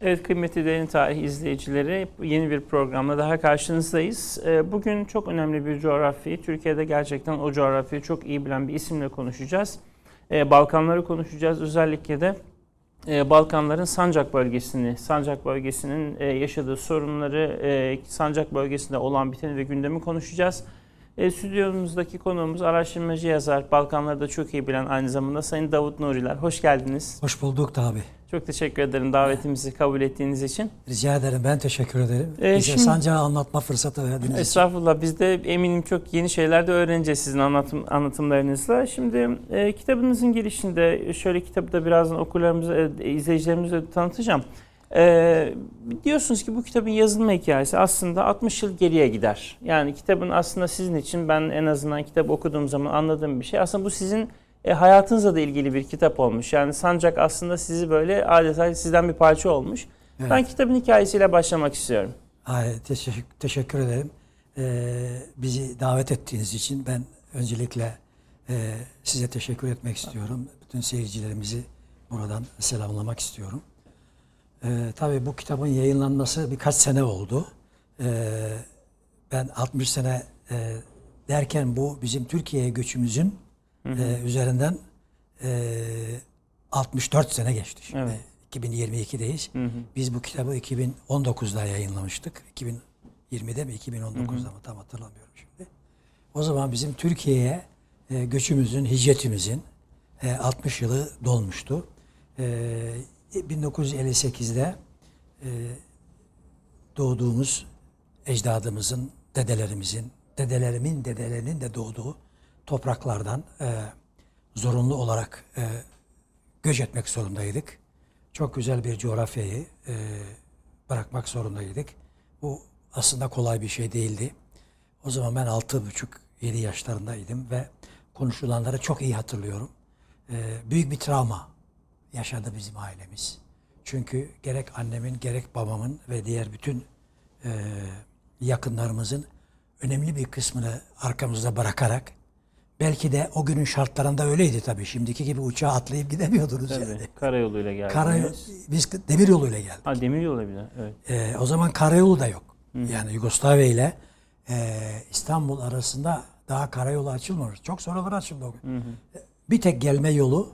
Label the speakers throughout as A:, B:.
A: Evet, kıymetli Derin Tarih izleyicileri, yeni bir programla daha karşınızdayız. Bugün çok önemli bir coğrafyayı, Türkiye'de gerçekten o coğrafyayı çok iyi bilen bir isimle konuşacağız. Balkanları konuşacağız. Özellikle de Balkanların Sancak bölgesinin yaşadığı sorunları, Sancak bölgesinde olan biteni ve gündemi konuşacağız. Stüdyomuzdaki konuğumuz araştırmacı yazar, Balkanları da çok iyi bilen aynı zamanda Sayın Davut Nuriler. Hoş geldiniz.
B: Hoş bulduk abi.
A: Çok teşekkür ederim davetimizi kabul ettiğiniz için.
B: Rica ederim. Ben teşekkür ederim. Bize Sancak'ı anlatma fırsatı verdiğiniz için.
A: Estağfurullah. Biz de eminim çok yeni şeyler de öğreneceğiz sizin anlatımlarınızla. Şimdi kitabınızın girişinde şöyle kitabı da birazdan okurlarımıza, izleyicilerimize tanıtacağım. Diyorsunuz ki bu kitabın yazılma hikayesi aslında 60 yıl geriye gider. Yani kitabın aslında sizin için, ben en azından kitabı okuduğum zaman anladığım bir şey. Aslında bu sizin hayatınızla da ilgili bir kitap olmuş. Yani Sancak aslında sizi böyle adeta sizden bir parça olmuş. Evet. Ben kitabın hikayesiyle başlamak istiyorum.
B: Teşekkür ederim. Bizi davet ettiğiniz için ben öncelikle size teşekkür etmek istiyorum. Bütün seyircilerimizi buradan selamlamak istiyorum. Tabii bu kitabın yayınlanması birkaç sene oldu. Ben 60 sene derken bu bizim Türkiye'ye göçümüzün üzerinden 64 sene geçti şimdi. Evet. 2022'deyiz. Biz bu kitabı 2019'da yayınlamıştık. 2020'de mi 2019'da mı tam hatırlamıyorum şimdi. O zaman bizim Türkiye'ye göçümüzün, hicretimizin 60 yılı dolmuştu. 1958'de doğduğumuz ecdadımızın, dedelerimizin, dedelerimin dedelerinin de doğduğu topraklardan zorunlu olarak göç etmek zorundaydık. Çok güzel bir coğrafyayı bırakmak zorundaydık. Bu aslında kolay bir şey değildi. O zaman ben 6,5-7 yaşlarındaydım ve konuşulanları çok iyi hatırlıyorum. Büyük bir travma yaşadı bizim ailemiz. Çünkü gerek annemin gerek babamın ve diğer bütün yakınlarımızın önemli bir kısmını arkamızda bırakarak, belki de o günün şartlarında öyleydi tabii. Şimdiki gibi uçağa atlayıp gidemiyordunuz
A: tabii,
B: yani.
A: Karayoluyla geldiniz.
B: Biz demir yoluyla geldik.
A: Ha, demir yolu bile, evet.
B: O zaman karayolu da yok. Yani Yugoslavya ile İstanbul arasında daha karayolu açılmamış. Çok sonralar açıldı o gün. Bir tek gelme yolu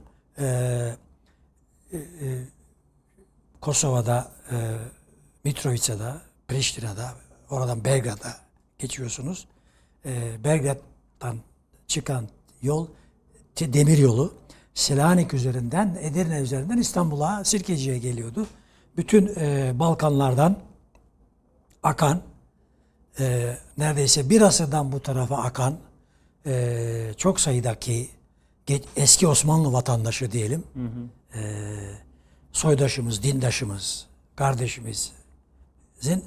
B: Kosova'da, Mitrovica'da, Priştine'de, oradan Belgrad'a geçiyorsunuz. Belgrad'dan çıkan yol demir yolu. Selanik üzerinden, Edirne üzerinden İstanbul'a, Sirkeci'ye geliyordu. Bütün Balkanlardan akan, neredeyse bir asırdan bu tarafa akan çok sayıdaki eski Osmanlı vatandaşı diyelim, soydaşımız, dindaşımız, kardeşimizin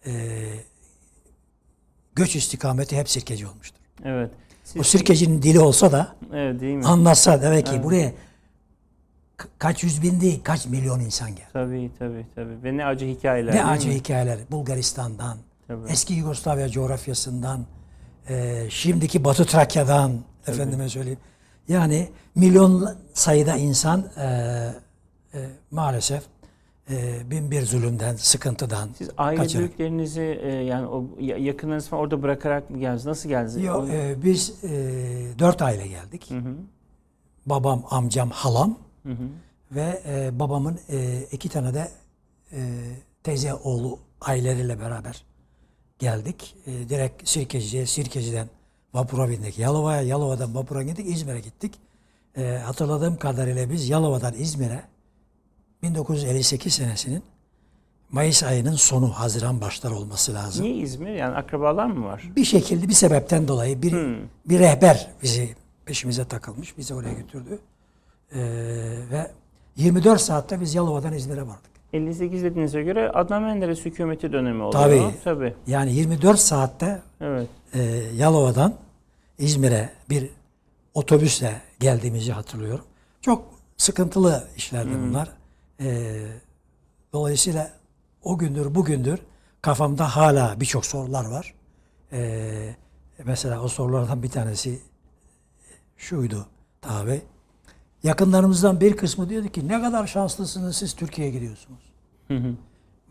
B: göç istikameti hep Sirkeci olmuştur.
A: Evet.
B: O Sirkeci'nin dili olsa da
A: evet, değil mi?
B: Anlatsa demek ki buraya kaç yüz bin değil, kaç milyon insan geldi.
A: Tabii. Ve ne acı hikayeler.
B: Ne acı hikayeler. Bulgaristan'dan,
A: tabii,
B: eski Yugoslavya coğrafyasından, şimdiki Batı Trakya'dan, efendime söyleyeyim. Yani milyon sayıda insan maalesef bin bir zulümden, sıkıntıdan
A: siz aile
B: kaçarak.
A: büyüklerinizi yani o yakınlarınızı falan orada bırakarak mı geldiniz? Nasıl geldiniz?
B: Yok, biz 4 aile geldik. Babam, amcam, halam ve babamın 2 tane de teyze oğlu aileleriyle beraber geldik. Direkt Sirkeci'den vapura bindik Yalova'ya, Yalova'dan vapura gittik, İzmir'e gittik. Hatırladığım kadarıyla biz Yalova'dan İzmir'e 1958 senesinin Mayıs ayının sonu, Haziran başları olması lazım.
A: Niye İzmir? Yani akrabalar mı var?
B: Bir şekilde, bir sebepten dolayı bir rehber bizi peşimize takılmış, bizi oraya götürdü. Ve 24 saatte biz Yalova'dan İzmir'e vardık.
A: 58 dediğinize göre Adnan Menderes hükümeti dönemi oluyor.
B: Tabii. Yani 24 saatte
A: evet,
B: Yalova'dan İzmir'e bir otobüsle geldiğimizi hatırlıyorum. Çok sıkıntılı işlerdi bunlar. Dolayısıyla o gündür bugündür kafamda hala birçok sorular var. Mesela o sorulardan bir tanesi şuydu tabi. Yakınlarımızdan bir kısmı diyordu ki ne kadar şanslısınız siz Türkiye'ye gidiyorsunuz.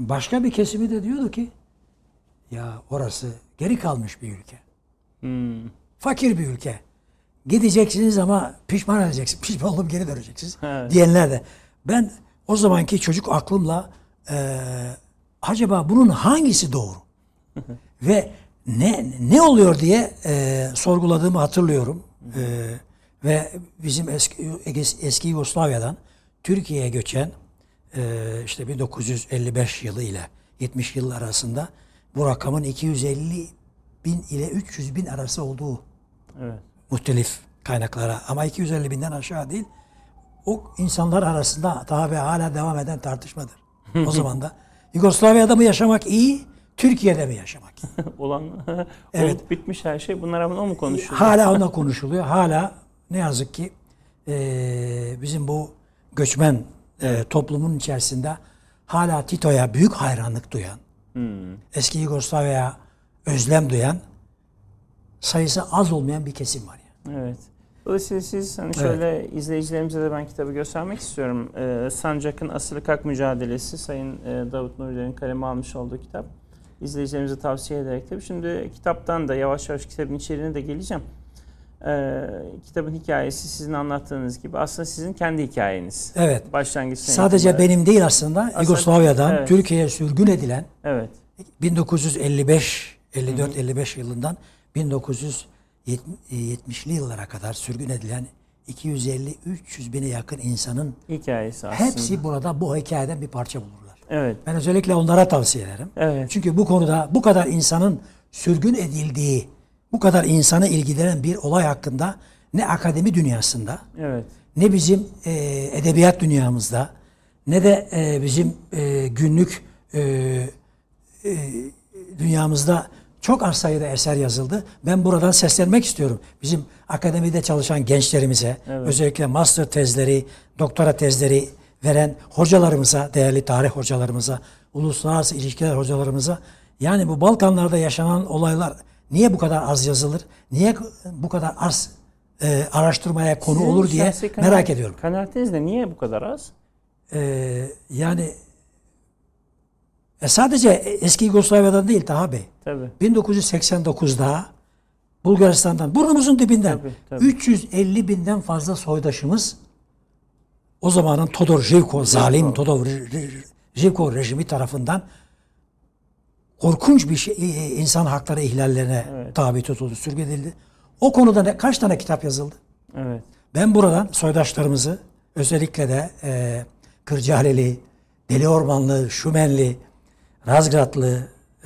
B: Başka bir kesimi de diyordu ki ya orası geri kalmış bir ülke. Fakir bir ülke. Gideceksiniz ama pişman edeceksiniz. Pişman olup geri döneceksiniz. Evet. Diyenler de. Ben o zamanki çocuk aklımla acaba bunun hangisi doğru? Ve ne oluyor diye sorguladığımı hatırlıyorum. Ve bizim eski Yugoslavya'dan Türkiye'ye göçen işte 1955 yılı ile 70 yıl arasında bu rakamın 250 bin ile 300 bin arası olduğu muhtelif kaynaklara, ama 250 binden aşağı değil. O insanlar arasında tabi hala devam eden tartışmadır. O zaman da Yugoslavya'da mı yaşamak iyi, Türkiye'de mi yaşamak iyi?
A: Olan evet. Bitmiş her şey. Bunlar ama o mu konuşuluyor?
B: Hala ona konuşuluyor. Hala ne yazık ki bizim bu göçmen toplumun içerisinde hala Tito'ya büyük hayranlık duyan, eski Yugoslavya'ya özlem duyan sayısı az olmayan bir kesim var yani.
A: Evet. Dolayısıyla siz hani şöyle izleyicilerimize de ben kitabı göstermek istiyorum. Sancak'ın Asırlık Hak Mücadelesi, Sayın Davut Nuri'lerin kaleme almış olduğu kitap. İzleyicilerimize tavsiye ederek tabii. Şimdi kitaptan da yavaş yavaş kitabın içeriğine de geleceğim. Kitabın hikayesi sizin anlattığınız gibi aslında sizin kendi hikayeniz.
B: Evet.
A: Başlangıçta.
B: Sadece benim değil aslında Yugoslavya'dan Türkiye'ye sürgün edilen 1955, 54-55 yılından 1970'li yıllara kadar sürgün edilen 250-300 bine yakın insanın
A: hikayesi aslında.
B: Hepsi burada bu hikayeden bir parça bulurlar.
A: Evet.
B: Ben özellikle onlara tavsiye ederim.
A: Evet.
B: Çünkü bu konuda bu kadar insanın sürgün edildiği, bu kadar insanı ilgilenen bir olay hakkında ne akademi dünyasında, ne bizim edebiyat dünyamızda, ne de bizim günlük dünyamızda çok az sayıda eser yazıldı. Ben buradan seslenmek istiyorum. Bizim akademide çalışan gençlerimize, özellikle master tezleri, doktora tezleri veren hocalarımıza, değerli tarih hocalarımıza, uluslararası ilişkiler hocalarımıza, yani bu Balkanlarda yaşanan olaylar niye bu kadar az yazılır, niye bu kadar az araştırmaya konu
A: sizin
B: olur diye merak ediyorum.
A: Kanaatiniz ne? Niye bu kadar az?
B: Yani sadece eski Yugoslavya'dan değil Taha Bey.
A: Tabii.
B: 1989'da Bulgaristan'dan, burnumuzun dibinden 350 binden fazla soydaşımız o zamanın Todor Živko, zalim Todor Živko rejimi tarafından korkunç bir insan hakları ihlallerine tabi tutuldu, sürgün edildi. O konuda kaç tane kitap yazıldı?
A: Evet.
B: Ben buradan soydaşlarımızı, özellikle de Kırcaali'li, Deliormanlı, Şumenli, Razgradlı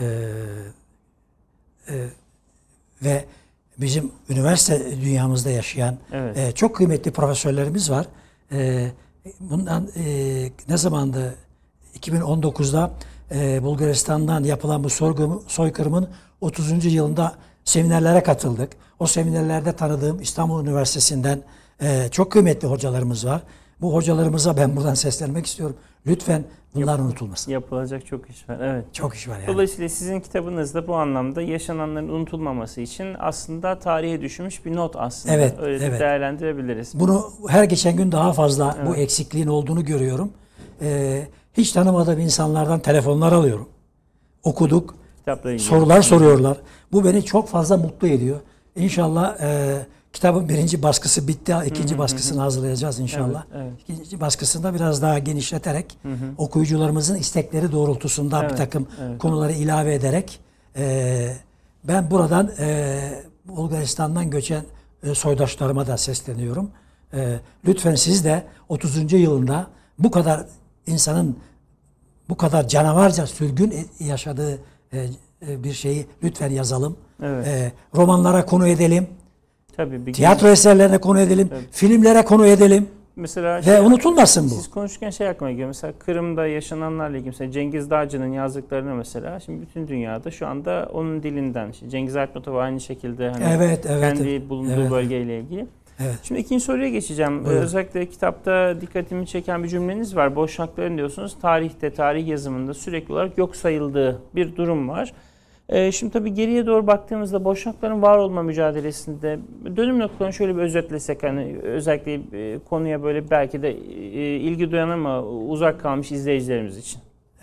B: ve bizim üniversite dünyamızda yaşayan çok kıymetli profesörlerimiz var. Bundan ne zamandı? 2019'da Bulgaristan'dan yapılan bu soykırımın 30. yılında seminerlere katıldık. O seminerlerde tanıdığım İstanbul Üniversitesi'nden çok kıymetli hocalarımız var. Bu hocalarımıza ben buradan seslenmek istiyorum. Lütfen bunlar unutulmasın.
A: Yapılacak çok iş var. Evet.
B: Çok iş var yani.
A: Dolayısıyla sizin kitabınızda bu anlamda yaşananların unutulmaması için aslında tarihe düşmüş bir not aslında. Öyle de değerlendirebiliriz.
B: Bunu her geçen gün daha fazla bu eksikliğin olduğunu görüyorum. Hiç tanımadığım insanlardan telefonlar alıyorum. Okuduk. Sorular soruyorlar. Bu beni çok fazla mutlu ediyor. İnşallah kitabın birinci baskısı bitti. İkinci baskısını hazırlayacağız inşallah. İkinci baskısında biraz daha genişleterek okuyucularımızın istekleri doğrultusunda bir takım konuları ilave ederek ben buradan Bulgaristan'dan göçen soydaşlarıma da sesleniyorum. Lütfen siz de 30. yılında bu kadar insanın bu kadar canavarca sürgün yaşadığı bir şeyi lütfen yazalım. Romanlara konu edelim.
A: Tabii,
B: tiyatro eserlerine konu edelim. Filmlere konu edelim.
A: Mesela
B: unutulmasın bu.
A: Siz konuşurken aklıma geliyor. Mesela Kırım'da yaşananlarla ilgili mesela Cengiz Dağcı'nın yazdıklarını mesela şimdi bütün dünyada şu anda onun dilinden Cengiz Aytmatov aynı şekilde hani kendi bulunduğu bölgeyle ilgili. Şimdi ikinci soruya geçeceğim. Özellikle kitapta dikkatimi çeken bir cümleniz var. Boşnakların diyorsunuz tarih yazımında sürekli olarak yok sayıldığı bir durum var. Şimdi tabii geriye doğru baktığımızda Boşnakların var olma mücadelesinde dönüm noktalarını şöyle bir özetlesek, hani özellikle konuya böyle belki de ilgi duyan ama uzak kalmış izleyicilerimiz için.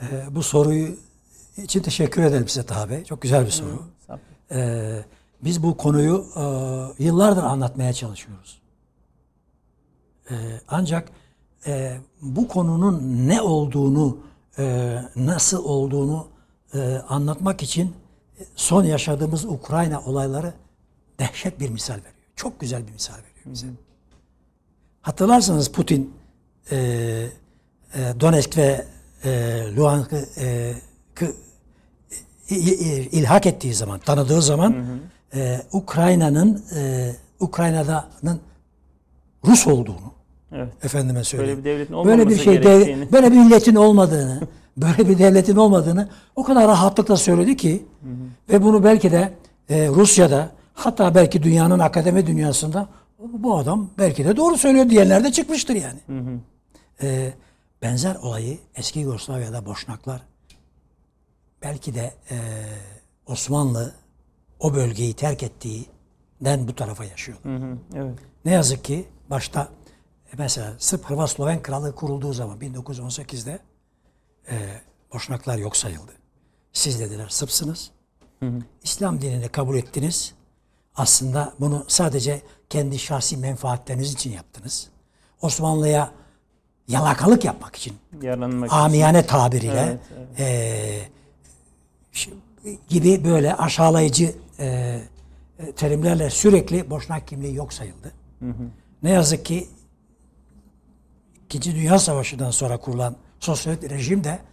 B: Bu soruyu için teşekkür ederim size Taha Bey. Çok güzel bir soru. Biz bu konuyu yıllardır anlatmaya çalışıyoruz. Ancak bu konunun ne olduğunu, nasıl olduğunu anlatmak için son yaşadığımız Ukrayna olayları dehşet bir misal veriyor. Çok güzel bir misal veriyor bize. Hatırlarsanız Putin Donetsk ve Luhansk'ı ilhak ettiği zaman, tanıdığı zaman Ukrayna'nın Rus olduğunu, efendime söyleyeyim.
A: Böyle bir devletin olmaması gerektiğini.
B: Böyle bir milletin olmadığını, böyle bir devletin olmadığını o kadar rahatlıkla söyledi ki ve bunu belki de Rusya'da, hatta belki dünyanın akademi dünyasında bu adam belki de doğru söylüyor diyenler de çıkmıştır yani. Benzer olayı eski Yugoslavya'da Boşnaklar, belki de Osmanlı o bölgeyi terk ettiğinden bu tarafa yaşıyor.
A: Evet.
B: Ne yazık ki başta mesela Sırp Hırvat Sloven Krallığı kurulduğu zaman 1918'de Boşnaklar yok sayıldı. Siz dediler Sırpsınız. İslam dinini kabul ettiniz. Aslında bunu sadece kendi şahsi menfaatleriniz için yaptınız. Osmanlı'ya yalakalık yapmak için. Amiyane tabiriyle gibi böyle aşağılayıcı terimlerle sürekli Boşnak kimliği yok sayıldı. Ne yazık ki İkinci Dünya Savaşı'ndan sonra kurulan sosyalist rejim de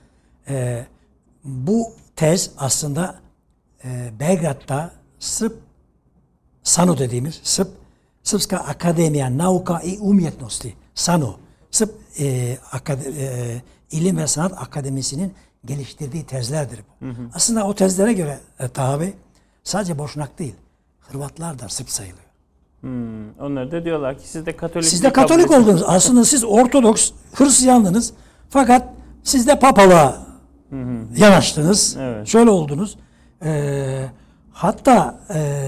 B: bu tez aslında Belgrad'da SANU dediğimiz Srpska Akademija Nauka i Umjetnosti, SANU, Sırp İlim ve Sanat Akademisi'nin geliştirdiği tezlerdir bu. Aslında o tezlere göre Taha Bey, sadece Boşnak değil, Hırvatlar da Sırp sayılıyor.
A: Onlar da diyorlar ki siz de Katolik.
B: Siz de Katolik oldunuz. Aslında siz Ortodoks Hristiyanlığınız, fakat siz de Papalığa yanaştınız.
A: Evet.
B: Şöyle oldunuz. Hatta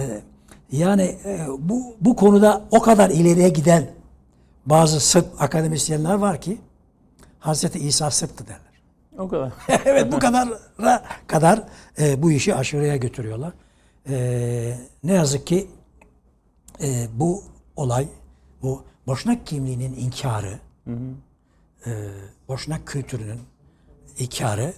B: bu konuda o kadar ileriye giden bazı Sırp akademisyenler var ki Hazreti İsa Sırp'tı derler.
A: O kadar.
B: Evet, bu kadar bu işi aşırıya götürüyorlar. Ne yazık ki bu olay, bu Boşnak kimliğinin inkarı, Boşnak kültürünün inkarı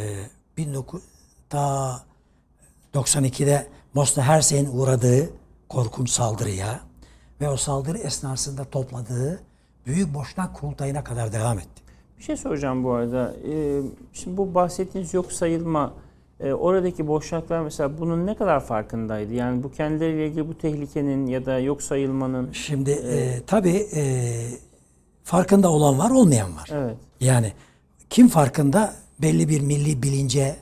B: 1992'de Bosna Hersek'in uğradığı korkunç saldırıya ve o saldırı esnasında topladığı Büyük Boşnak Kurultayı'na kadar devam etti.
A: Bir şey soracağım bu arada. Şimdi bu bahsettiğiniz yok sayılma, oradaki Boşnaklar mesela bunun ne kadar farkındaydı? Yani bu kendileriyle ilgili bu tehlikenin ya da yok sayılmanın...
B: Şimdi tabii farkında olan var, olmayan var.
A: Evet.
B: Yani kim farkında? Belli bir milli bilince,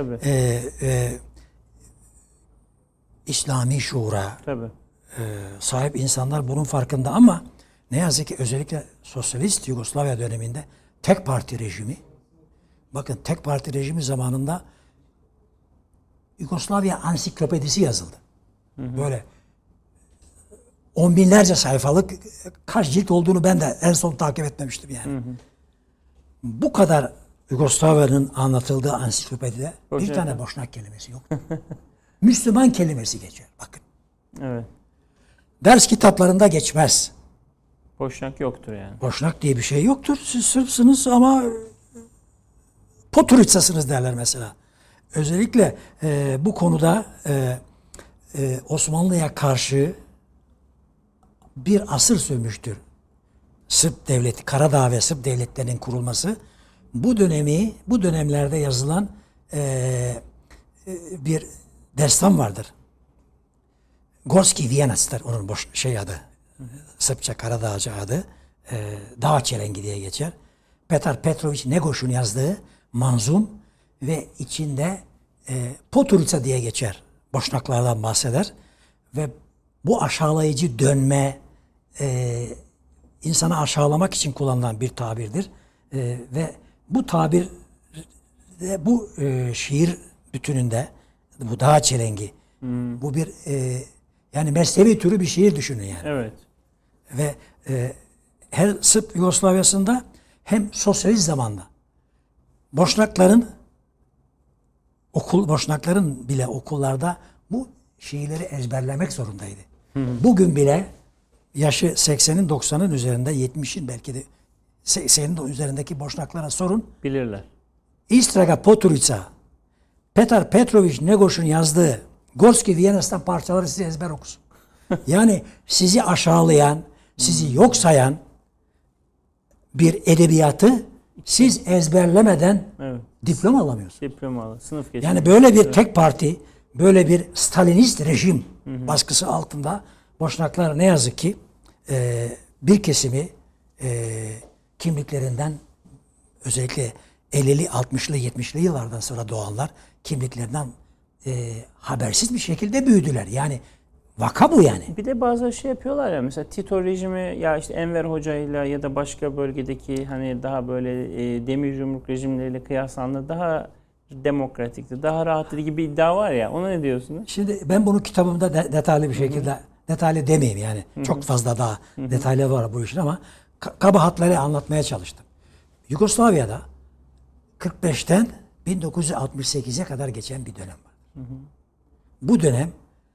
B: İslami şuura sahip insanlar bunun farkında, ama ne yazık ki özellikle sosyalist Yugoslavya döneminde tek parti rejimi, bakın tek parti rejimi zamanında Yugoslavya ansiklopedisi yazıldı. Böyle on binlerce sayfalık, kaç cilt olduğunu ben de en son takip etmemiştim yani. Bu kadar Yugoslavya'nın anlatıldığı ansiklopedide bir tane Boşnak kelimesi yok. Müslüman kelimesi geçer. Bakın.
A: Evet.
B: Ders kitaplarında geçmez.
A: Boşnak yoktur yani.
B: Boşnak diye bir şey yoktur. Siz Sırpsınız ama Poturicasınız derler mesela. Özellikle bu konuda Osmanlı'ya karşı bir asır sürmüştür. Sırp devleti, Karadağ ve Sırp devletlerinin kurulması. Bu dönemlerde yazılan bir destan vardır. Gorski Viyanas'tır onun adı. Sırpça Karadağcı adı. Dağ Çelengi diye geçer. Petar Petrović Negoş'un yazdığı manzum ve içinde Poturica diye geçer. Boşnaklardan bahseder. Ve bu aşağılayıcı dönme, insanı aşağılamak için kullanılan bir tabirdir. Ve bu tabir, bu şiir bütününde, bu Dağ Çelengi, bu bir yani mesnevi türü bir şiir düşünün yani.
A: Evet.
B: Ve her Sırp Yugoslavya'sında hem sosyalist zamanda Boşnakların bile okullarda bu şiirleri ezberlemek zorundaydı. Bugün bile yaşı 80'in 90'ın üzerinde 70'in belki de 80'in üzerindeki Boşnaklara sorun.
A: Bilirler.
B: Istraga Poturica, Petar Petrović Negoš'un yazdığı Gorski Viyana'sından parçaları size ezber okusun. Yani sizi aşağılayan, sizi yok sayan bir edebiyatı siz ezberlemeden diploma alamıyorsunuz.
A: Diploma alın. Sınıf geçin.
B: Yani böyle bir tek parti, böyle bir Stalinist rejim baskısı altında Boşnaklar ne yazık ki bir kesimi kimliklerinden, özellikle 50'li, 60'lı, 70'li yıllardan sonra doğanlar kimliklerinden habersiz bir şekilde büyüdüler. Yani vaka bu yani.
A: Bir de bazı şey yapıyorlar ya, mesela Tito rejimi ya işte Enver Hoca'yla ya da başka bölgedeki hani daha böyle demir yumruk rejimleriyle kıyaslandığında daha demokratikti, daha rahattı gibi bir iddia var ya. Ona ne diyorsunuz?
B: Şimdi ben bunu kitabımda detaylı bir şekilde, detaylı demeyeyim yani. Çok fazla daha detaylı var bu işin ama kaba hatları anlatmaya çalıştım. Yugoslavya'da 45'ten 1968'e kadar geçen bir dönem var. Bu dönem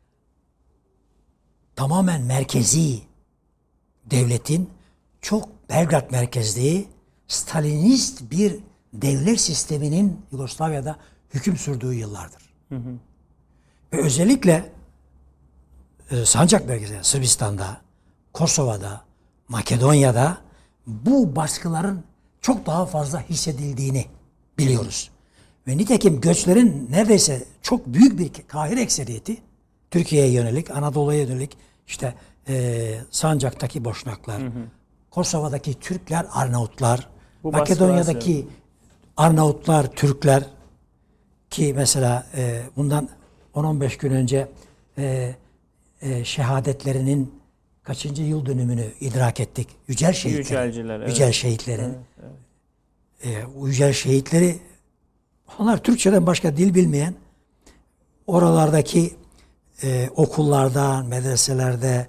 B: tamamen merkezi devletin çok Belgrad merkezli Stalinist bir devlet sisteminin Yugoslavya'da hüküm sürdüğü yıllardır. Ve özellikle Sancak bölgesinde, Sırbistan'da, Kosova'da, Makedonya'da bu baskıların çok daha fazla hissedildiğini biliyoruz. Ve nitekim göçlerin neredeyse çok büyük bir Kahire ekseriyeti Türkiye'ye yönelik, Anadolu'ya yönelik, işte Sancak'taki Boşnaklar, Kosova'daki Türkler, Arnavutlar, Makedonya'daki Arnavutlar, Türkler ki mesela bundan 10-15 gün önce şehadetlerinin kaçıncı yıl dönümünü idrak ettik. Yücel şehitleri. Yücel şehitlerin. Yücel şehitleri, onlar Türkçeden başka dil bilmeyen, oralardaki okullarda, medreselerde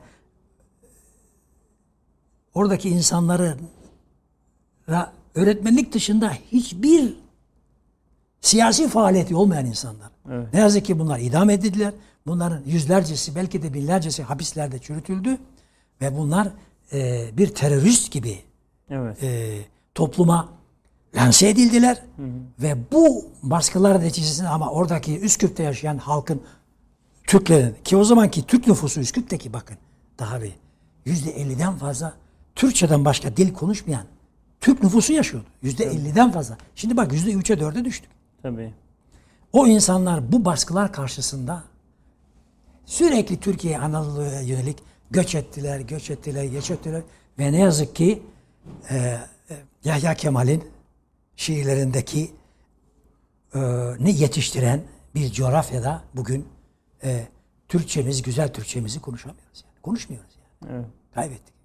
B: oradaki insanlara öğretmenlik dışında hiçbir siyasi faaliyeti olmayan insanlar. Evet. Ne yazık ki bunlar idam edildiler. Bunların yüzlercesi, belki de binlercesi hapislerde çürütüldü ve bunlar bir terörist gibi topluma lanse edildiler. Ve bu baskılar neticesinde ama oradaki Üsküp'te yaşayan halkın, Türklerin, ki o zamanki Türk nüfusu Üsküp'teki bakın daha bir %50'den fazla Türkçeden başka dil konuşmayan Türk nüfusu yaşıyordu. %50'den fazla. Şimdi bak %3'e 4'e düştük.
A: Tabii.
B: O insanlar bu baskılar karşısında sürekli Türkiye, Anadolu'ya yönelik göç ettiler ve ne yazık ki Yahya Kemal'in şiirlerindeki ne yetiştiren bir coğrafyada bugün Türkçemiz, güzel Türkçemizi konuşamıyoruz yani. Konuşmuyoruz yani. Evet. Kaybettik.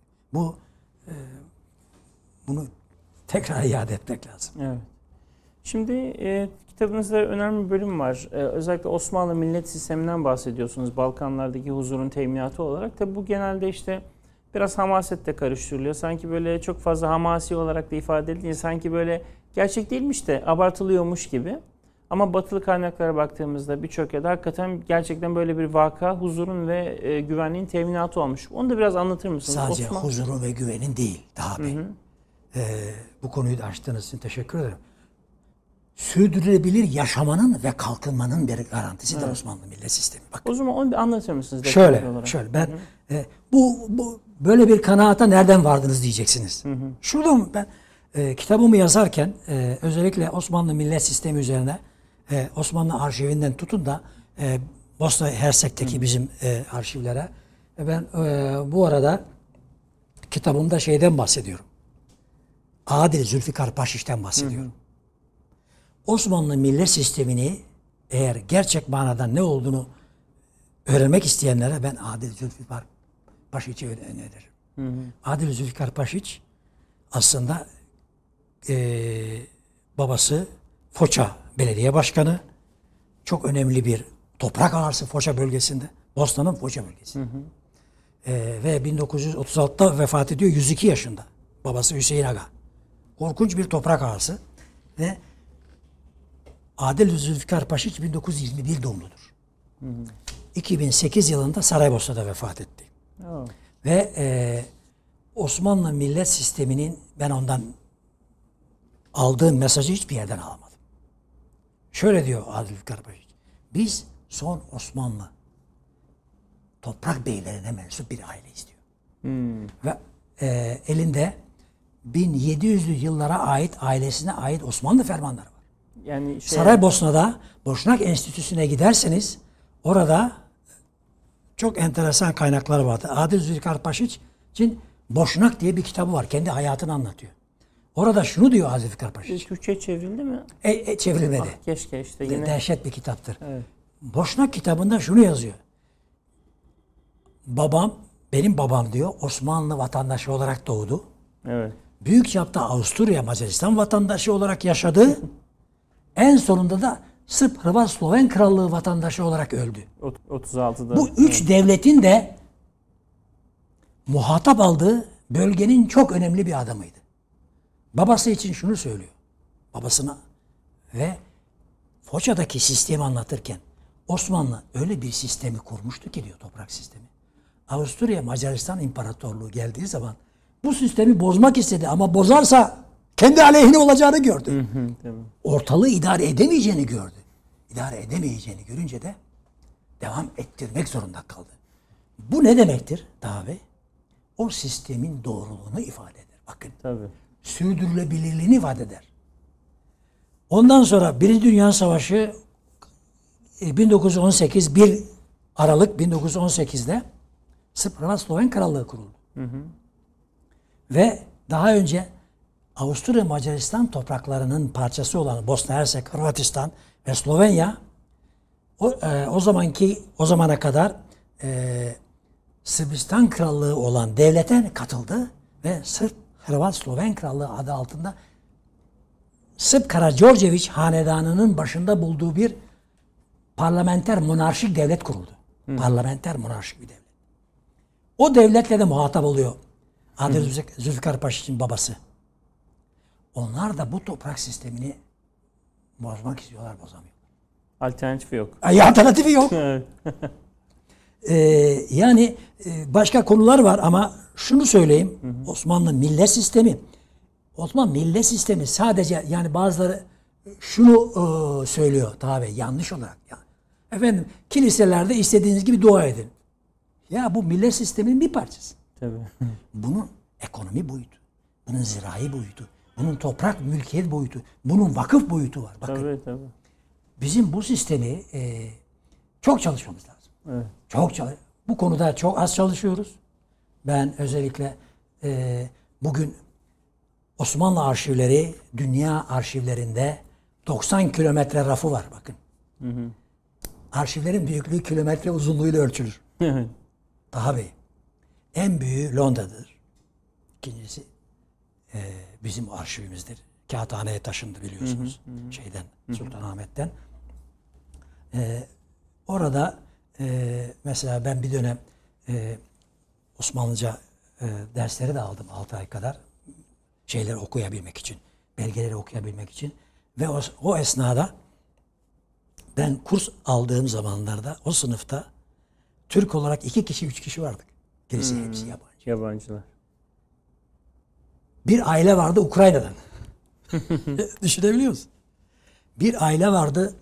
B: Bunu tekrar iade etmek lazım.
A: Evet. Şimdi kitabınızda önemli bir bölüm var. Özellikle Osmanlı millet sisteminden bahsediyorsunuz. Balkanlardaki huzurun teminatı olarak. Tabi bu genelde işte biraz hamasetle karıştırılıyor. Sanki böyle çok fazla hamasi olarak da ifade edildiğinde sanki böyle gerçek değilmiş de abartılıyormuş gibi. Ama batılı kaynaklara baktığımızda birçok yerde hakikaten gerçekten böyle bir vaka, huzurun ve güvenliğin teminatı olmuş. Onu da biraz anlatır mısınız?
B: Sadece huzurun ve güvenin değil daha Bey. Bu konuyu da açtığınız için teşekkür ederim. Sürdürülebilir yaşamanın ve kalkınmanın bir garantisidir Osmanlı millet sistemi. Bakın.
A: O zaman onu bir anlatır mısınız?
B: Şöyle ben bu böyle bir kanaata nereden vardınız diyeceksiniz. Şuradan ben kitabımı yazarken özellikle Osmanlı millet sistemi üzerine Osmanlı arşivinden tutun da Bosna Hersek'teki bizim arşivlere ben bu arada kitabımda şeyden bahsediyorum. Adil Zülfikar Paşiş'ten bahsediyorum. Osmanlı millet sistemini eğer gerçek manada ne olduğunu öğrenmek isteyenlere ben Adil Zülfikar Paşiç'i öneririm. Adil Zülfikar Paşiç aslında babası Foça Belediye Başkanı, çok önemli bir toprak ağası Foça bölgesinde, Bosna'nın Foça bölgesi. Ve 1936'da vefat ediyor 102 yaşında. Babası Hüseyin Aga. Korkunç bir toprak ağası ve Adil Zülfikar Paşa 1921 doğumludur. 2008 yılında Saraybosna'da vefat etti.
A: Oh.
B: Ve Osmanlı millet sisteminin ben ondan aldığım mesajı hiçbir yerden alamadım. Şöyle diyor Adil Zülfikar Paşa. Biz son Osmanlı toprak beylerine mensup bir aileyiz diyor. Ve elinde 1700'lü yıllara ait, ailesine ait Osmanlı fermanları var.
A: Yani
B: Saraybosna'da Boşnak Enstitüsü'ne giderseniz orada çok enteresan kaynaklar vardı. Adil Zülfikar Paşa için Boşnak diye bir kitabı var. Kendi hayatını anlatıyor. Orada şunu diyor Adil Zülfikar Paşa.
A: Türkçe çevrildi mi?
B: Çevrilmedi.
A: Keşke işte yine.
B: Dehşet bir kitaptır.
A: Evet.
B: Boşnak kitabında şunu yazıyor. Benim babam diyor Osmanlı vatandaşı olarak doğdu.
A: Evet.
B: Büyük çapta Avusturya Macaristan vatandaşı olarak yaşadı. En sonunda da Sırp, Hırvat, Sloven Krallığı vatandaşı olarak öldü.
A: 36'da.
B: Bu üç devletin de muhatap aldığı bölgenin çok önemli bir adamıydı. Babası için şunu söylüyor. Babasına ve Foça'daki sistemi anlatırken Osmanlı öyle bir sistemi kurmuştu ki diyor, toprak sistemi. Avusturya Macaristan İmparatorluğu geldiği zaman bu sistemi bozmak istedi ama bozarsa kendi aleyhine olacağını gördü. Ortalığı idare edemeyeceğini gördü. İdare edemeyeceğini görünce de devam ettirmek zorunda kaldı. Bu ne demektir tabi? O sistemin doğruluğunu ifade eder. Bakın.
A: Tabii.
B: Sürdürülebilirliğini ifade eder. Ondan sonra Birinci Dünya Savaşı 1918 1 Aralık 1918'de Sırp, Hırvat, Sloven Krallığı kuruldu. Ve daha önce Avusturya Macaristan topraklarının parçası olan Bosna Hersek, Hırvatistan ve Slovenya o zamana kadar Sırbistan Krallığı olan devlete katıldı ve Sırp, Hırvat, Sloven Krallığı adı altında Sırp Karađorđević hanedanının başında bulduğu bir parlamenter monarşik devlet kuruldu. Parlamenter monarşik bir devlet. O devletle de muhatap oluyor Adil Zülfikar Paşa için babası. Onlar da bu toprak sistemini bozmak istiyorlar, bozamıyor.
A: Alternatifi yok.
B: Alternatifi yok. Yani başka konular var ama şunu söyleyeyim. Osmanlı millet sistemi. Osmanlı millet sistemi sadece, yani bazıları şunu söylüyor tabi yanlış olarak. Yani, efendim kiliselerde istediğiniz gibi dua edin. Ya bu millet sisteminin bir parçası.
A: Tabii.
B: Bunun ekonomi boyutu, bunun zirai boyutu, bunun toprak mülkiyet boyutu, bunun vakıf boyutu var. Bakın,
A: Tabii.
B: bizim bu sistemi çok çalışmamız lazım.
A: Evet.
B: Bu konuda çok az çalışıyoruz. Ben özellikle bugün Osmanlı arşivleri dünya arşivlerinde 90 kilometre rafı var bakın. Arşivlerin büyüklüğü kilometre uzunluğuyla ölçülür. Tabii. En büyüğü Londra'dır. İkincisi bizim arşivimizdir. Kağıthane'ye taşındı biliyorsunuz. Sultanahmet'ten. Orada mesela ben bir dönem Osmanlıca dersleri de aldım 6 ay kadar. Şeyleri okuyabilmek için, belgeleri okuyabilmek için. Ve o esnada ben kurs aldığım zamanlarda o sınıfta Türk olarak 2 kişi, 3 kişi vardık. Gerisi hepsi yabancı.
A: Yabancılar.
B: Bir aile vardı Ukrayna'dan. Düşünebiliyor musun? Bir aile vardı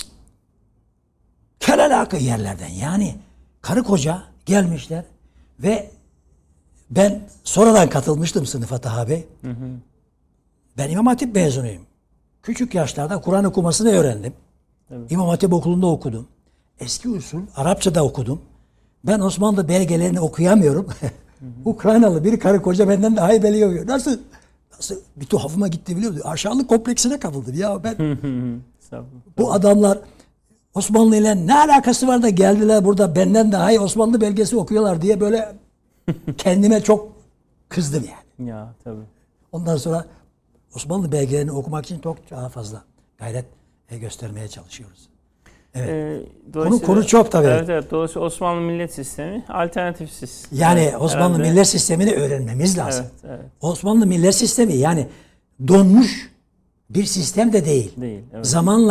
B: kelalaka yerlerden. Yani karı koca gelmişler ve ben sonradan katılmıştım sınıfa tabi. Ben İmam Hatip mezunuyum. Küçük yaşlarda Kur'an okumasını öğrendim. Evet. İmam Hatip okulunda okudum. Eski usul Arapçada okudum. Ben Osmanlı belgelerini okuyamıyorum. Ukraynalı bir karı koca benden daha iyi belge okuyor. Nasıl bir tuhafıma gitti biliyor musun? Aşağılık kompleksine kapıldım. Ya ben bu adamlar Osmanlı ile ne alakası var da geldiler burada benden daha iyi Osmanlı belgesi okuyorlar diye böyle kendime çok kızdım yani.
A: Ya tabii.
B: Ondan sonra Osmanlı belgelerini okumak için çok daha fazla gayret göstermeye çalışıyoruz. Evet. Konu çok tabii.
A: Evet. Dolayısıyla Osmanlı millet sistemi alternatifsiz.
B: Yani Osmanlı millet sistemini öğrenmemiz lazım.
A: Evet.
B: Osmanlı millet sistemi yani donmuş bir sistem de değil.
A: Evet.
B: Zamanla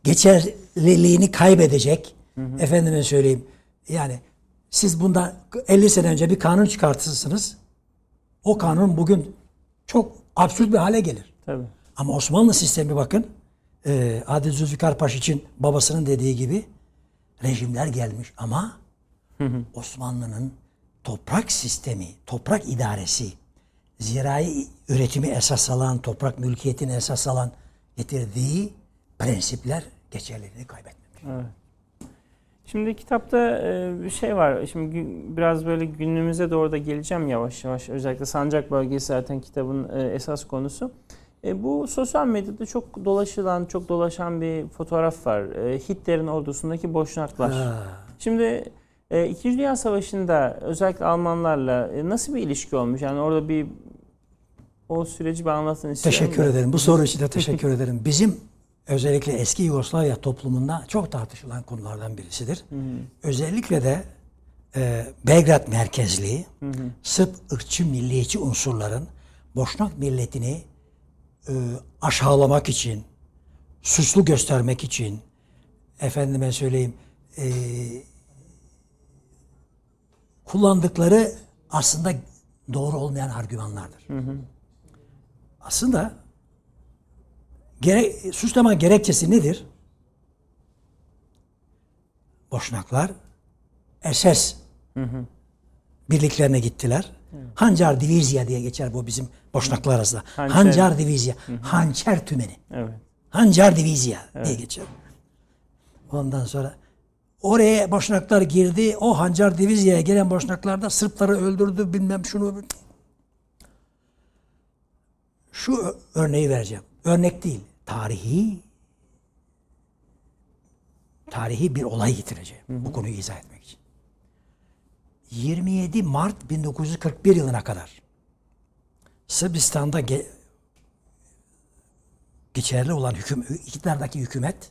B: geçerliliğini kaybedecek. Efendime söyleyeyim. Yani siz bundan 50 sene önce bir kanun çıkartırsınız. O kanun bugün çok absürt bir hale gelir.
A: Tabii.
B: Ama Osmanlı sistemi bakın. Adil Zülfikar Paşa için babasının dediği gibi rejimler gelmiş ama Osmanlı'nın toprak sistemi, toprak idaresi, zirai üretimi esas alan, toprak mülkiyetini esas alan getirdiği prensipler geçerliliğini kaybetmemiş.
A: Evet. Şimdi kitapta bir şey var. Şimdi biraz böyle günümüze doğru da geleceğim yavaş yavaş. Özellikle Sancak bölgesi zaten kitabın esas konusu. Bu sosyal medyada çok dolaşılan, çok dolaşan bir fotoğraf var. Hitler'in ordusundaki Boşnaklar. Şimdi İkinci Dünya Savaşı'nda özellikle Almanlarla nasıl bir ilişki olmuş? Yani orada o süreci bir anlatın istiyorum.
B: Teşekkür ederim. Bu soru için de teşekkür ederim. Bizim özellikle eski Yugoslavya toplumunda çok tartışılan konulardan birisidir. Özellikle de Belgrad merkezli Sırp ırkçı milliyetçi unsurların Boşnak milletini aşağılamak için, suçlu göstermek için, efendime söyleyeyim, kullandıkları aslında doğru olmayan argümanlardır. Aslında suçlama gerekçesi nedir? Boşnaklar SS birliklerine gittiler. Hancar Divizya diye geçer bu bizim Boşnaklar arasında. Hancar Divizya. Hançer tümeni.
A: Evet.
B: Hancar Divizya diye geçer. Ondan sonra oraya Boşnaklar girdi. O Hancar Divizya'ya gelen Boşnaklar da Sırpları öldürdü bilmem şunu. Şu örneği vereceğim. Örnek değil. Tarihi bir olay getireceğim. Bu konuyu izah etmek için. 27 Mart 1941 yılına kadar Sırbistan'da geçerli olan iktidardaki hükümet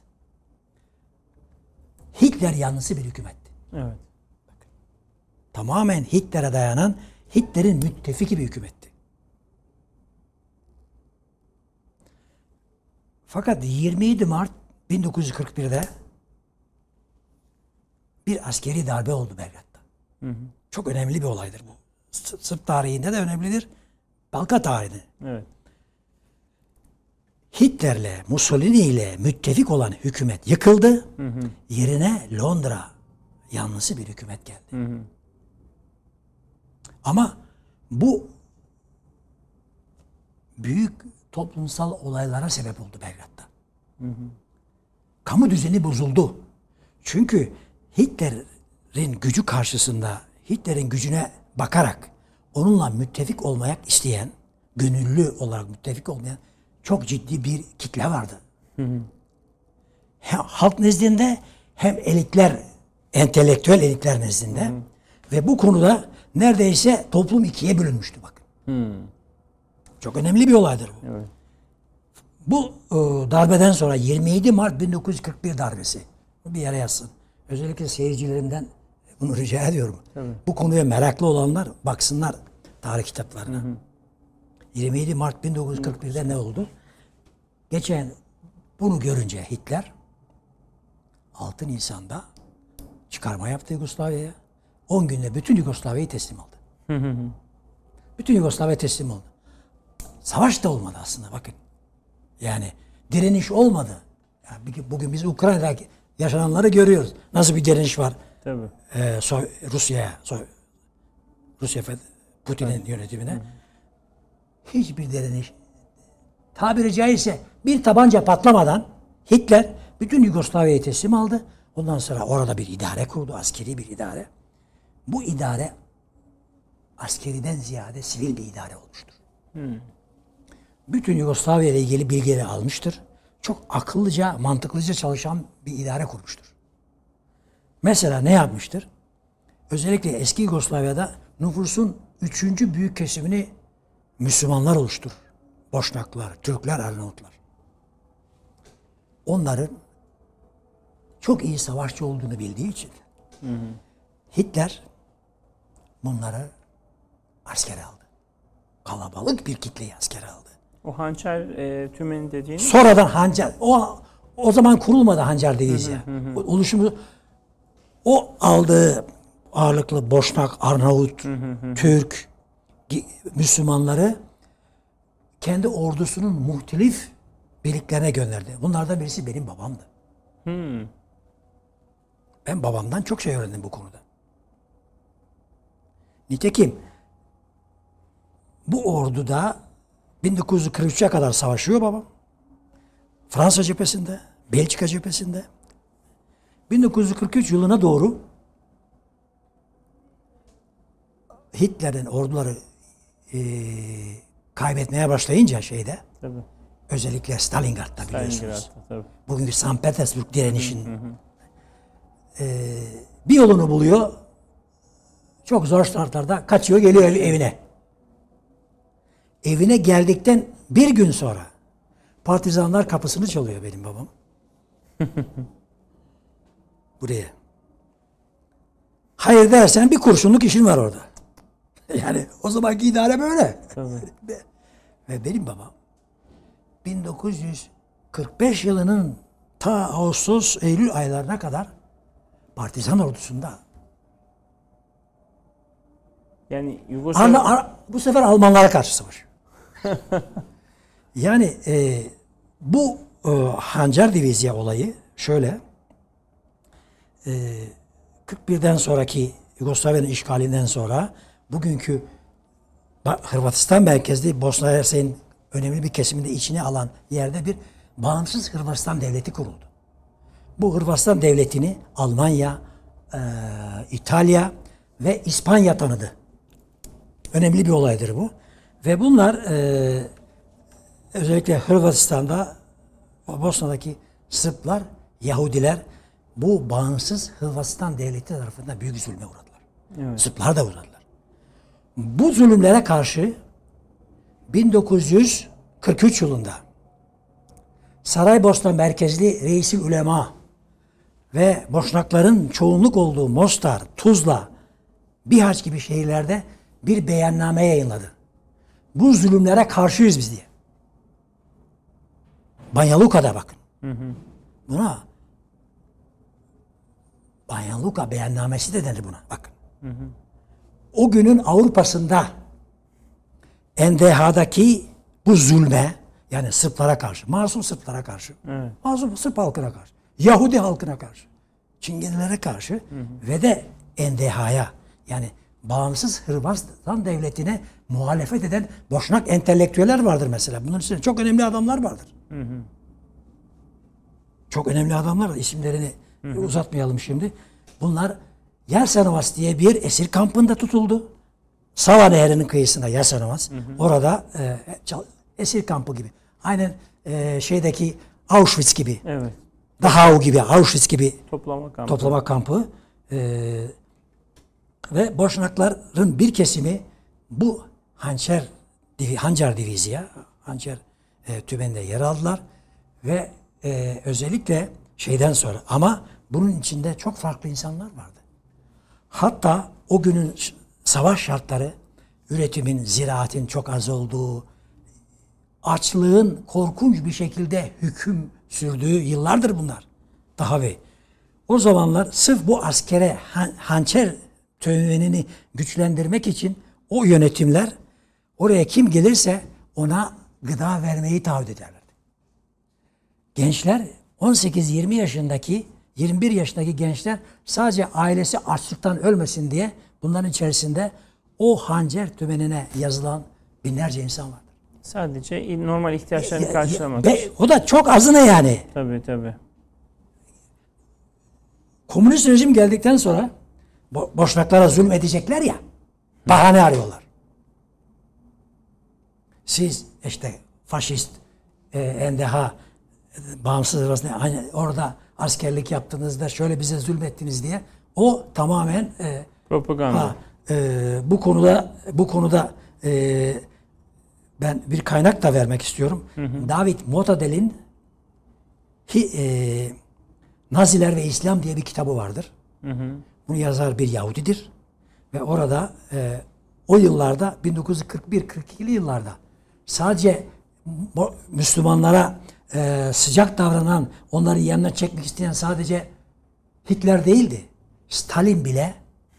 B: Hitler yanlısı bir hükümetti.
A: Evet.
B: Tamamen Hitler'e dayanan, Hitler'in müttefiki bir hükümetti. Fakat 27 Mart 1941'de bir askeri darbe oldu Belgrad'da. Çok önemli bir olaydır bu. Sırp tarihinde de önemlidir. Balkan tarihinde.
A: Evet.
B: Hitler'le, Mussolini ile müttefik olan hükümet yıkıldı. Yerine Londra yanlısı bir hükümet geldi. Ama bu büyük toplumsal olaylara sebep oldu Belgrad'da. Kamu düzeni bozuldu. Çünkü Hitler'in gücü karşısında, Hitler'in gücüne bakarak onunla müttefik olmak isteyen, gönüllü olarak müttefik olmayan çok ciddi bir kitle vardı. Hem halk nezdinde hem elitler, entelektüel elitler nezdinde ve bu konuda neredeyse toplum ikiye bölünmüştü bakın. Çok önemli bir olaydır bu.
A: Evet.
B: Bu darbeden sonra 27 Mart 1941 darbesi. Bir yere yazsın. Özellikle seyircilerimden bunu rica ediyorum.
A: Tabii.
B: Bu konuya meraklı olanlar baksınlar tarih kitaplarına. 27 Mart 1941'de ne oldu? Geçen bunu görünce Hitler 6 Nisan'da çıkarma yaptı Yugoslavya'ya. 10 günde bütün Yugoslavya'yı teslim aldı. Bütün Yugoslavya teslim oldu. Savaş da olmadı aslında bakın. Yani direniş olmadı. Yani bugün biz Ukrayna'da yaşananları görüyoruz. Nasıl bir direniş var?
A: Tabii.
B: Rusya Putin'in yönetimine. Hiçbir direniş. Tabiri caizse bir tabanca patlamadan Hitler bütün Yugoslavya'yı teslim aldı. Ondan sonra orada bir idare kurdu. Askeri bir idare. Bu idare askeriden ziyade sivil bir idare olmuştur. Bütün Yugoslavya ile ilgili bilgileri almıştır. Çok akıllıca, mantıklıca çalışan bir idare kurmuştur. Mesela ne yapmıştır? Özellikle eski Yugoslavya'da nüfusun 3. büyük kesimini Müslümanlar oluşturur. Boşnaklar, Türkler, Arnavutlar. Onların çok iyi savaşçı olduğunu bildiği için Hitler bunları askere aldı. Kalabalık bir kitleyi askere aldı.
A: O hançer tümeni dediğiniz?
B: Sonradan hançer, o zaman kurulmadı Hancar Divizya. Oluşumu o aldığı ağırlıklı Boşnak, Arnavut, Türk, Müslümanları kendi ordusunun muhtelif birliklerine gönderdi. Bunlardan birisi benim babamdı. Ben babamdan çok şey öğrendim bu konuda. Nitekim bu orduda 1943'e kadar savaşıyor babam. Fransa cephesinde, Belçika cephesinde. 1943 yılına doğru Hitler'in orduları kaybetmeye başlayınca şeyde,
A: Tabii.
B: özellikle Stalingrad'da biliyorsunuz.
A: Stalingrad'da, tabii.
B: Bugünkü St. Petersburg direnişinin bir yolunu buluyor. Çok zor şartlarda kaçıyor, geliyor evine. Evine geldikten bir gün sonra partizanlar kapısını çalıyor benim babam. Buraya. Hayır dersen bir kurşunluk işin var orada. Yani o zamanki idare böyle. Ve benim babam 1945 yılının ta Ağustos, Eylül aylarına kadar partizan ordusunda.
A: Yani Yugoslavya...
B: Bu sefer Almanlara karşı savaş. Yani bu Hancar Divizya olayı şöyle. 41'den sonraki Yugoslavya'nın işgalinden sonra bugünkü Hırvatistan merkezli Bosna Hersek'in önemli bir kesiminde içine alan yerde bir bağımsız Hırvatistan devleti kuruldu. Bu Hırvatistan devletini Almanya, İtalya ve İspanya tanıdı. Önemli bir olaydır bu. Ve bunlar özellikle Hırvatistan'da, Bosna'daki Sırplar, Yahudiler bu bağımsız Hırvatistan devleti tarafından büyük zulme uğradılar. Evet. Sırplar da uğradılar. Bu zulümlere karşı 1943 yılında Saraybosna merkezli Reis-i Ulema ve Boşnakların çoğunluk olduğu Mostar, Tuzla, Bihaç gibi şehirlerde bir beyanname yayınladı. Bu zulümlere karşıyız biz diye. Banja Luka'da bakın. Buna Banja Luka beyannamesi de denir buna. Bakın. O günün Avrupa'sında NDH'daki bu zulme, yani Sırplara karşı, masum Sırplara karşı, masum Sırp halkına karşı, Yahudi halkına karşı, Çingenilere karşı ve de NDH'ya, yani bağımsız Hırvatistan devletine muhalefet eden Boşnak entelektüeller vardır mesela. Bunların içinde çok önemli adamlar vardır. Çok önemli adamlar var. İsimlerini uzatmayalım şimdi. Bunlar Jasenovas diye bir esir kampında tutuldu. Sava Nehri'nin kıyısında Jasenovas. Orada esir kampı gibi. Aynen şeydeki Auschwitz gibi. Evet. Dachau gibi, Auschwitz gibi toplama kampı. Ve Boşnakların bir kesimi bu Hancar Divizya, Hancar tümeninde yer aldılar ve özellikle şeyden sonra, ama bunun içinde çok farklı insanlar vardı. Hatta o günün savaş şartları, üretimin, ziraatin çok az olduğu, açlığın korkunç bir şekilde hüküm sürdüğü yıllardır bunlar. Daha ve o zamanlar sırf bu askere hançer törenini güçlendirmek için o yönetimler oraya kim gelirse ona gıda vermeyi taahhüt ederlerdi. Gençler 18-20 yaşındaki 21 yaşındaki gençler sadece ailesi açlıktan ölmesin diye bunların içerisinde o hançer tümenine yazılan binlerce insan vardır.
A: Sadece normal ihtiyaçlarını karşılamak.
B: O da çok azını yani.
A: Tabii.
B: Komünist rejim geldikten sonra Boşnaklara zulmedecekler ya, bahane arıyorlar. Siz işte faşist, NDH, bağımsız Hırvatistan, orada askerlik yaptığınızda şöyle bize zulmettiniz diye, o tamamen
A: propaganda.
B: Bu konuda ben bir kaynak da vermek istiyorum. David Motadel'in Naziler ve İslam diye bir kitabı vardır. Bunu yazar bir Yahudidir. Ve orada o yıllarda 1941-42'li yıllarda sadece Müslümanlara sıcak davranan, onları yanına çekmek isteyen sadece Hitler değildi. Stalin bile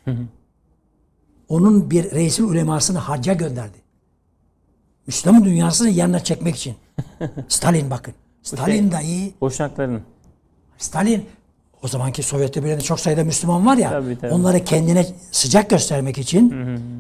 B: onun bir reis-i ulemasını hacca gönderdi. Müslüman dünyasını yanına çekmek için. Stalin bakın. Stalin dahi.
A: Boşnakların.
B: Stalin, o zamanki Sovyet Birliği'nde çok sayıda Müslüman var ya,
A: Tabii.
B: onları kendine sıcak göstermek için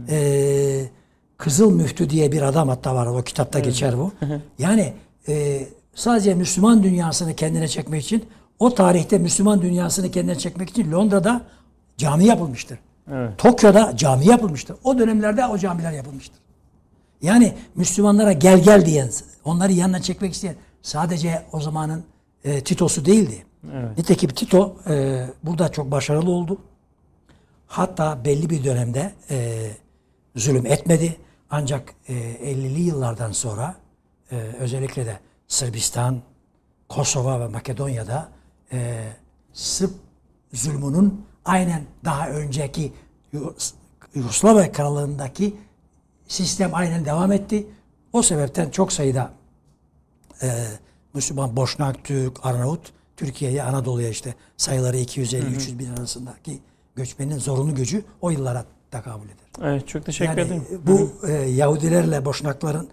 B: Kızıl Müftü diye bir adam hatta var, o kitapta geçer bu. Yani sadece Müslüman dünyasını kendine çekmek için, o tarihte Müslüman dünyasını kendine çekmek için Londra'da cami yapılmıştır.
A: Evet.
B: Tokyo'da cami yapılmıştır. O dönemlerde o camiler yapılmıştır. Yani Müslümanlara gel diyen, onları yanına çekmek isteyen sadece o zamanın Tito'su değildi.
A: Evet.
B: Nitekim Tito burada çok başarılı oldu. Hatta belli bir dönemde zulüm etmedi. Ancak 50'li yıllardan sonra özellikle de Sırbistan, Kosova ve Makedonya'da Sırp zulmünün aynen daha önceki Yugoslavya Krallığı'ndaki sistem aynen devam etti. O sebepten çok sayıda Müslüman, Boşnak, Türk, Arnavut, Türkiye'ye, Anadolu'ya işte sayıları 250-300 bin arasındaki göçmenin zorunlu gücü o yıllara tekabül eder.
A: Evet, çok teşekkür ederim.
B: Bu Yahudilerle Boşnakların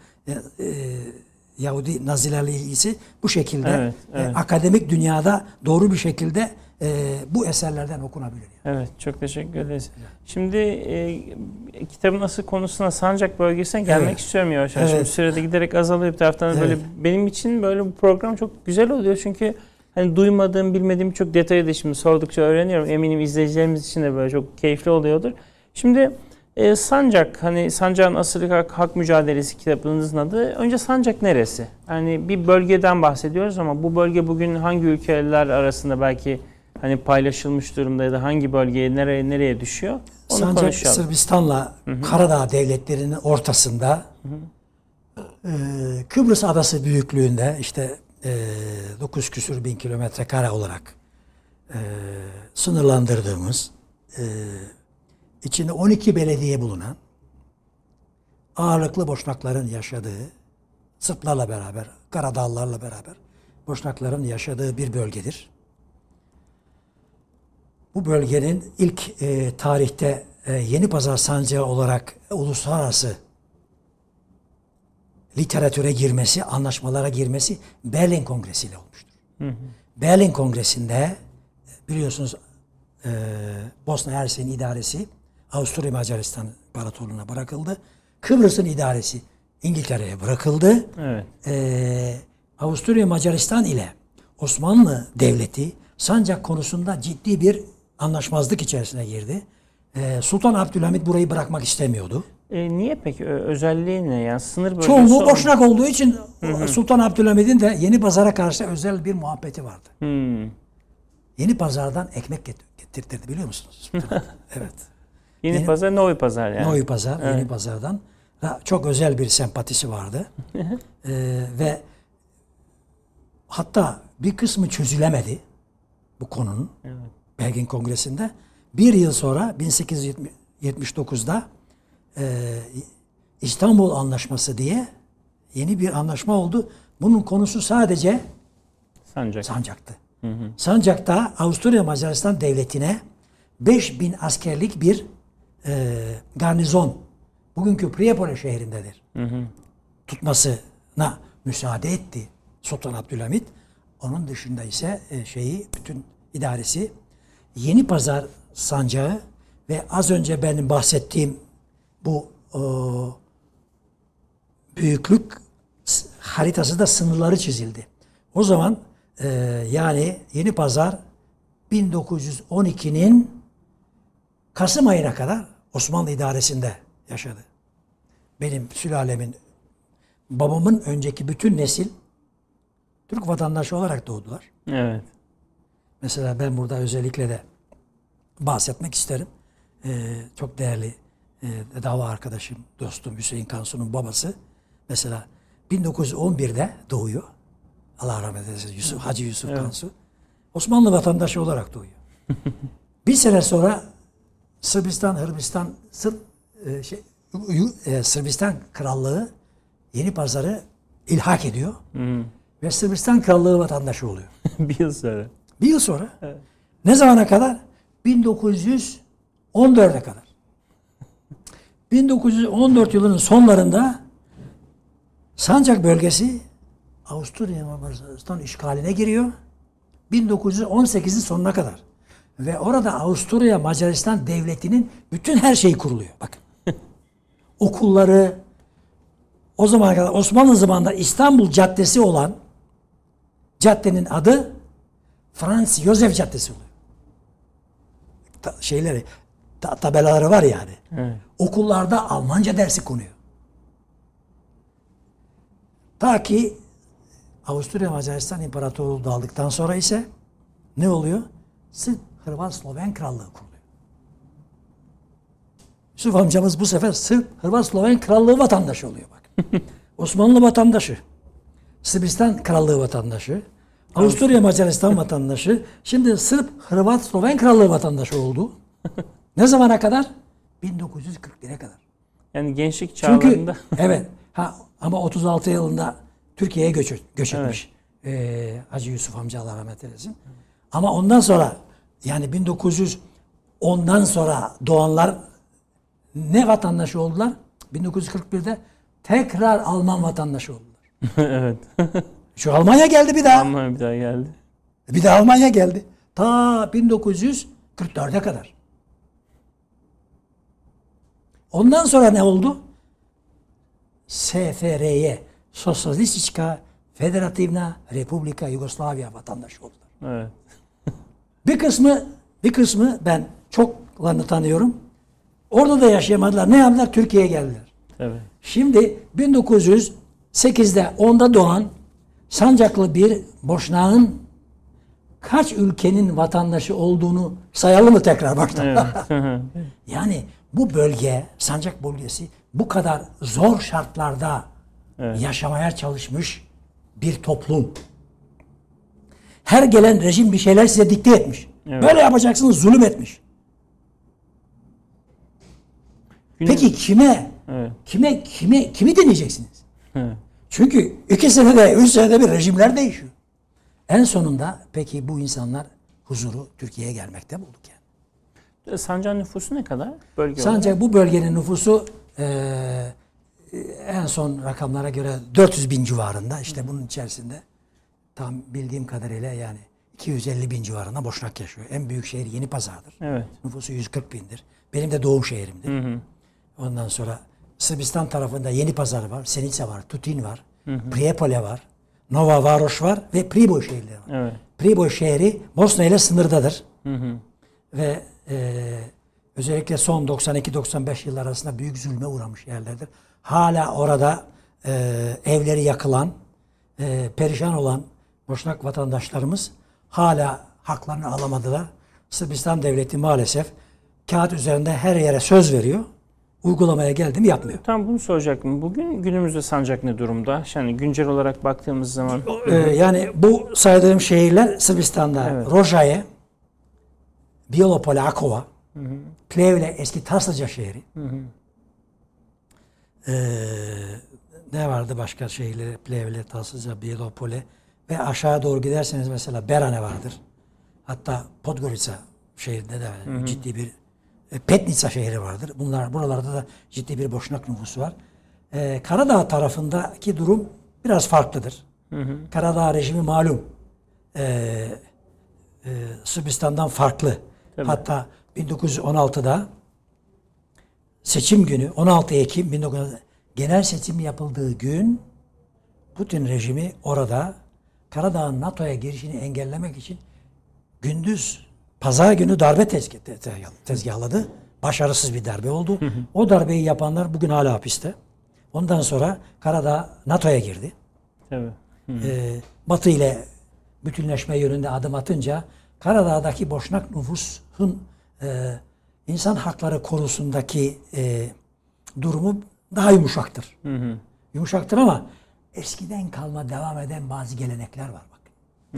B: Yahudi Nazilerle ilgisi bu şekilde akademik dünyada doğru bir şekilde bu eserlerden okunabilir.
A: Evet, çok teşekkür ederiz. Şimdi kitabın asıl konusuna, Sancak bölgesine gelmek istiyorum yavaş yavaş. Şimdi sürede giderek azalıyor bir taraftan. Böyle benim için böyle bu program çok güzel oluyor çünkü hani duymadığım, bilmediğim çok detayı da şimdi sordukça öğreniyorum. Eminim izleyicilerimiz için de böyle çok keyifli oluyordur. Şimdi Sancak, hani Sancak'ın Asırlık Hak Mücadelesi kitabınızın adı. Önce Sancak neresi? Yani bir bölgeden bahsediyoruz ama bu bölge bugün hangi ülkeler arasında belki hani paylaşılmış durumda ya da hangi bölgeye nereye düşüyor? Onu
B: Sancak
A: konuşalım.
B: Sırbistan'la Karadağ devletlerinin ortasında Kıbrıs adası büyüklüğünde işte 9 küsur bin kilometre kare olarak sınırlandırdığımız içinde 12 belediye bulunan ağırlıklı Boşnakların yaşadığı, Sırplarla beraber, Karadağlılarla beraber Boşnakların yaşadığı bir bölgedir. Bu bölgenin ilk tarihte Yenipazar Sancağı olarak uluslararası literatüre girmesi, anlaşmalara girmesi Berlin Kongresi ile olmuştur. Berlin Kongresi'nde biliyorsunuz Bosna Hersek'in idaresi Avusturya Macaristan İmparatorluğu'na bırakıldı. Kıbrıs'ın idaresi İngiltere'ye bırakıldı.
A: Evet.
B: Avusturya Macaristan ile Osmanlı Devleti Sancak konusunda ciddi bir anlaşmazlık içerisine girdi. Sultan Abdülhamit burayı bırakmak istemiyordu.
A: Niye peki? Özelliği ne? Yani sınır bölgesi
B: çoğunluğu Boşnak olduğu için Sultan Abdülhamid'in de Yenipazar'a karşı özel bir muhabbeti vardı. Yenipazar'dan ekmek getirtirdi biliyor musunuz? Evet.
A: Yenipazar, Novi Pazar yani.
B: Novi Pazar, evet. Yenipazar'dan çok özel bir sempatisi vardı. Ve hatta bir kısmı çözülemedi bu konunun. Evet. Berlin Kongresi'nde. Bir yıl sonra 1879'da İstanbul Anlaşması diye yeni bir anlaşma oldu. Bunun konusu sadece Sancak'tı. Sancak'ta Avusturya Macaristan Devleti'ne 5000 askerlik bir garnizon, bugünkü Priyepole şehrindedir, tutmasına müsaade etti Sultan Abdülhamit. Onun dışında ise bütün idaresi Yenipazar Sancağı ve az önce benim bahsettiğim bu büyüklük haritası da sınırları çizildi. O zaman yani Yenipazar 1912'nin Kasım ayına kadar Osmanlı idaresinde yaşadı. Benim sülalemin, babamın önceki bütün nesil Türk vatandaşı olarak doğdular.
A: Evet.
B: Mesela ben burada özellikle de bahsetmek isterim. Çok değerli dava arkadaşım, dostum Hüseyin Kansu'nun babası mesela 1911'de doğuyor. Allah rahmet eylesin, Hacı Yusuf Kansu. Osmanlı vatandaşı olarak doğuyor. Bir sene sonra Sırbistan Krallığı Yenipazar'ı ilhak ediyor. Ve Sırbistan Krallığı vatandaşı oluyor.
A: Bir yıl sonra.
B: Bir yıl sonra.
A: Evet.
B: Ne zamana kadar? 1914'e kadar. 1914 yılının sonlarında Sancak bölgesi Avusturya Macaristan işgaline giriyor. 1918'in sonuna kadar. Ve orada Avusturya Macaristan Devleti'nin bütün her şeyi kuruluyor. Bakın. Okulları, o zamana kadar Osmanlı zamanında İstanbul Caddesi olan caddenin adı Franz Josef Caddesi oluyor. Tabelaları var yani.
A: Evet.
B: Okullarda Almanca dersi konuyor. Ta ki Avusturya Macaristan İmparatorluğu dağıldıktan sonra ise ne oluyor? Sırp, Hırvat, Sloven Krallığı kuruluyor. Yusuf amcamız bu sefer Sırp, Hırvat, Sloven Krallığı vatandaşı oluyor bak. Osmanlı vatandaşı, Sırbistan Krallığı vatandaşı, Avusturya Macaristan vatandaşı, şimdi Sırp, Hırvat, Sloven Krallığı vatandaşı oldu. Ne zamana kadar? 1941'e kadar.
A: Yani gençlik
B: Çünkü
A: çağlarında.
B: evet. Ama 36 yılında Türkiye'ye göç etmiş. Hacı Yusuf amca Allah rahmet eylesin. Ama ondan sonra yani 1910'dan sonra doğanlar ne vatandaşı oldular? 1941'de tekrar Alman vatandaşı oldular.
A: Evet.
B: Şu Almanya geldi bir daha.
A: Almanya bir daha geldi.
B: Bir de Almanya geldi. Ta 1944'e kadar. Ondan sonra ne oldu? SFR'ye, Sosyalistička Federativna Republika Yugoslavya vatandaşı oldular.
A: Evet.
B: Bir kısmı ben çoklarını tanıyorum. Orada da yaşayamadılar. Ne yaptılar? Türkiye'ye geldiler.
A: Evet.
B: Şimdi 1908'de 10'da doğan Sancaklı bir Boşnak'ın kaç ülkenin vatandaşı olduğunu sayalım mı tekrar baştan?
A: Evet.
B: Yani bu bölge, Sancak bölgesi bu kadar zor şartlarda yaşamaya çalışmış bir toplum. Her gelen rejim bir şeyler size dikte etmiş. Evet. Böyle yapacaksınız, zulüm etmiş. Peki kime? Evet. Kimi dinleyeceksiniz? Evet. Çünkü 2 senede, 3 senede bir rejimler değişiyor. En sonunda peki bu insanlar huzuru Türkiye'ye gelmekte bulduk yani.
A: Sancak'ın nüfusu ne kadar? Bölge
B: Sancak
A: olarak?
B: bu bölgenin nüfusu en son rakamlara göre 400 bin civarında. İşte bunun içerisinde tam bildiğim kadarıyla yani 250 bin civarında Boşnak yaşıyor. En büyük şehir Yenipazar'dır.
A: Evet.
B: Nüfusu 140 bindir. Benim de doğum şehrimdir. Hı hı. Ondan sonra Sırbistan tarafında Yenipazar var, Senica var, Tutin var, Prijepolje var, Nova Varoš var ve Priboj şehirleri var. Evet. Priboj şehri Bosna ile sınırdadır. Hı hı. Ve özellikle son 92-95 yıllar arasında büyük zulme uğramış yerlerdir. Hala orada evleri yakılan, perişan olan Boşnak vatandaşlarımız hala haklarını alamadılar. Sırbistan devleti maalesef kağıt üzerinde her yere söz veriyor. Uygulamaya geldi mi yapmıyor.
A: Tam bunu soracaktım. Bugün günümüzde Sancak ne durumda? Yani güncel olarak baktığımız zaman.
B: Yani bu saydığım şehirler Sırbistan'da evet. Rojaje, Bijelopolje, Akova, Plevne eski Taslıca şehri. Ne vardı başka şehirleri? Plevne, Taslıca, Bijelopolje ve aşağı doğru giderseniz mesela Berane vardır. Hatta Podgorica şehrinde de ciddi bir Petnica şehri vardır. Buralarda da ciddi bir Boşnak nüfusu var. Karadağ tarafındaki durum biraz farklıdır. Karadağ rejimi malum. Sırbistan'dan farklı. Tabii. Hatta 1916'da seçim günü 16 Ekim 1916'da genel seçim yapıldığı gün Putin rejimi orada Karadağ'ın NATO'ya girişini engellemek için gündüz pazar günü darbe tezgahladı. Başarısız bir darbe oldu. O darbeyi yapanlar bugün hala hapiste. Ondan sonra Karadağ NATO'ya girdi. Evet. Batı ile bütünleşme yönünde adım atınca Karadağ'daki Boşnak nüfusun insan hakları konusundaki durumu daha yumuşaktır. Yumuşaktır ama eskiden kalma devam eden bazı gelenekler var bak.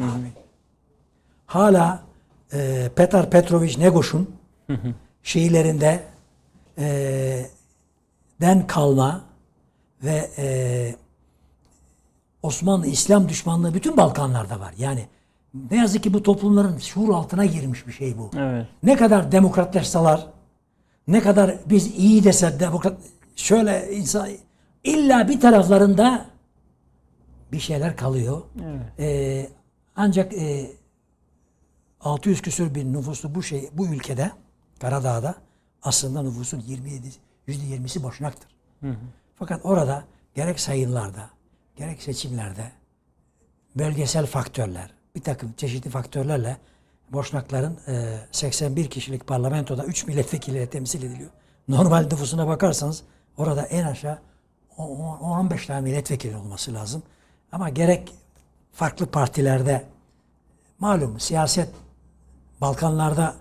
B: Hala Petar Petrović Njegoš'un şiirlerinde den kalma ve Osmanlı İslam düşmanlığı bütün Balkanlarda var. Yani ne yazık ki bu toplumların şuur altına girmiş bir şey bu.
A: Evet.
B: Ne kadar demokratlaşsalar, ne kadar biz iyi desek demokrat, şöyle insan illa bir taraflarında bir şeyler kalıyor.
A: Evet.
B: Ancak 600 küsur bin nüfuslu bu ülkede, Karadağ'da aslında nüfusun %20'si Boşnaktır. Fakat orada gerek sayılarda, gerek seçimlerde bölgesel faktörler, bir takım çeşitli faktörlerle Boşnakların 81 kişilik parlamentoda 3 milletvekiliyle temsil ediliyor. Normal nüfusuna bakarsanız orada en aşağı 15 tane milletvekili olması lazım. Ama gerek farklı partilerde, malum siyaset Balkanlarda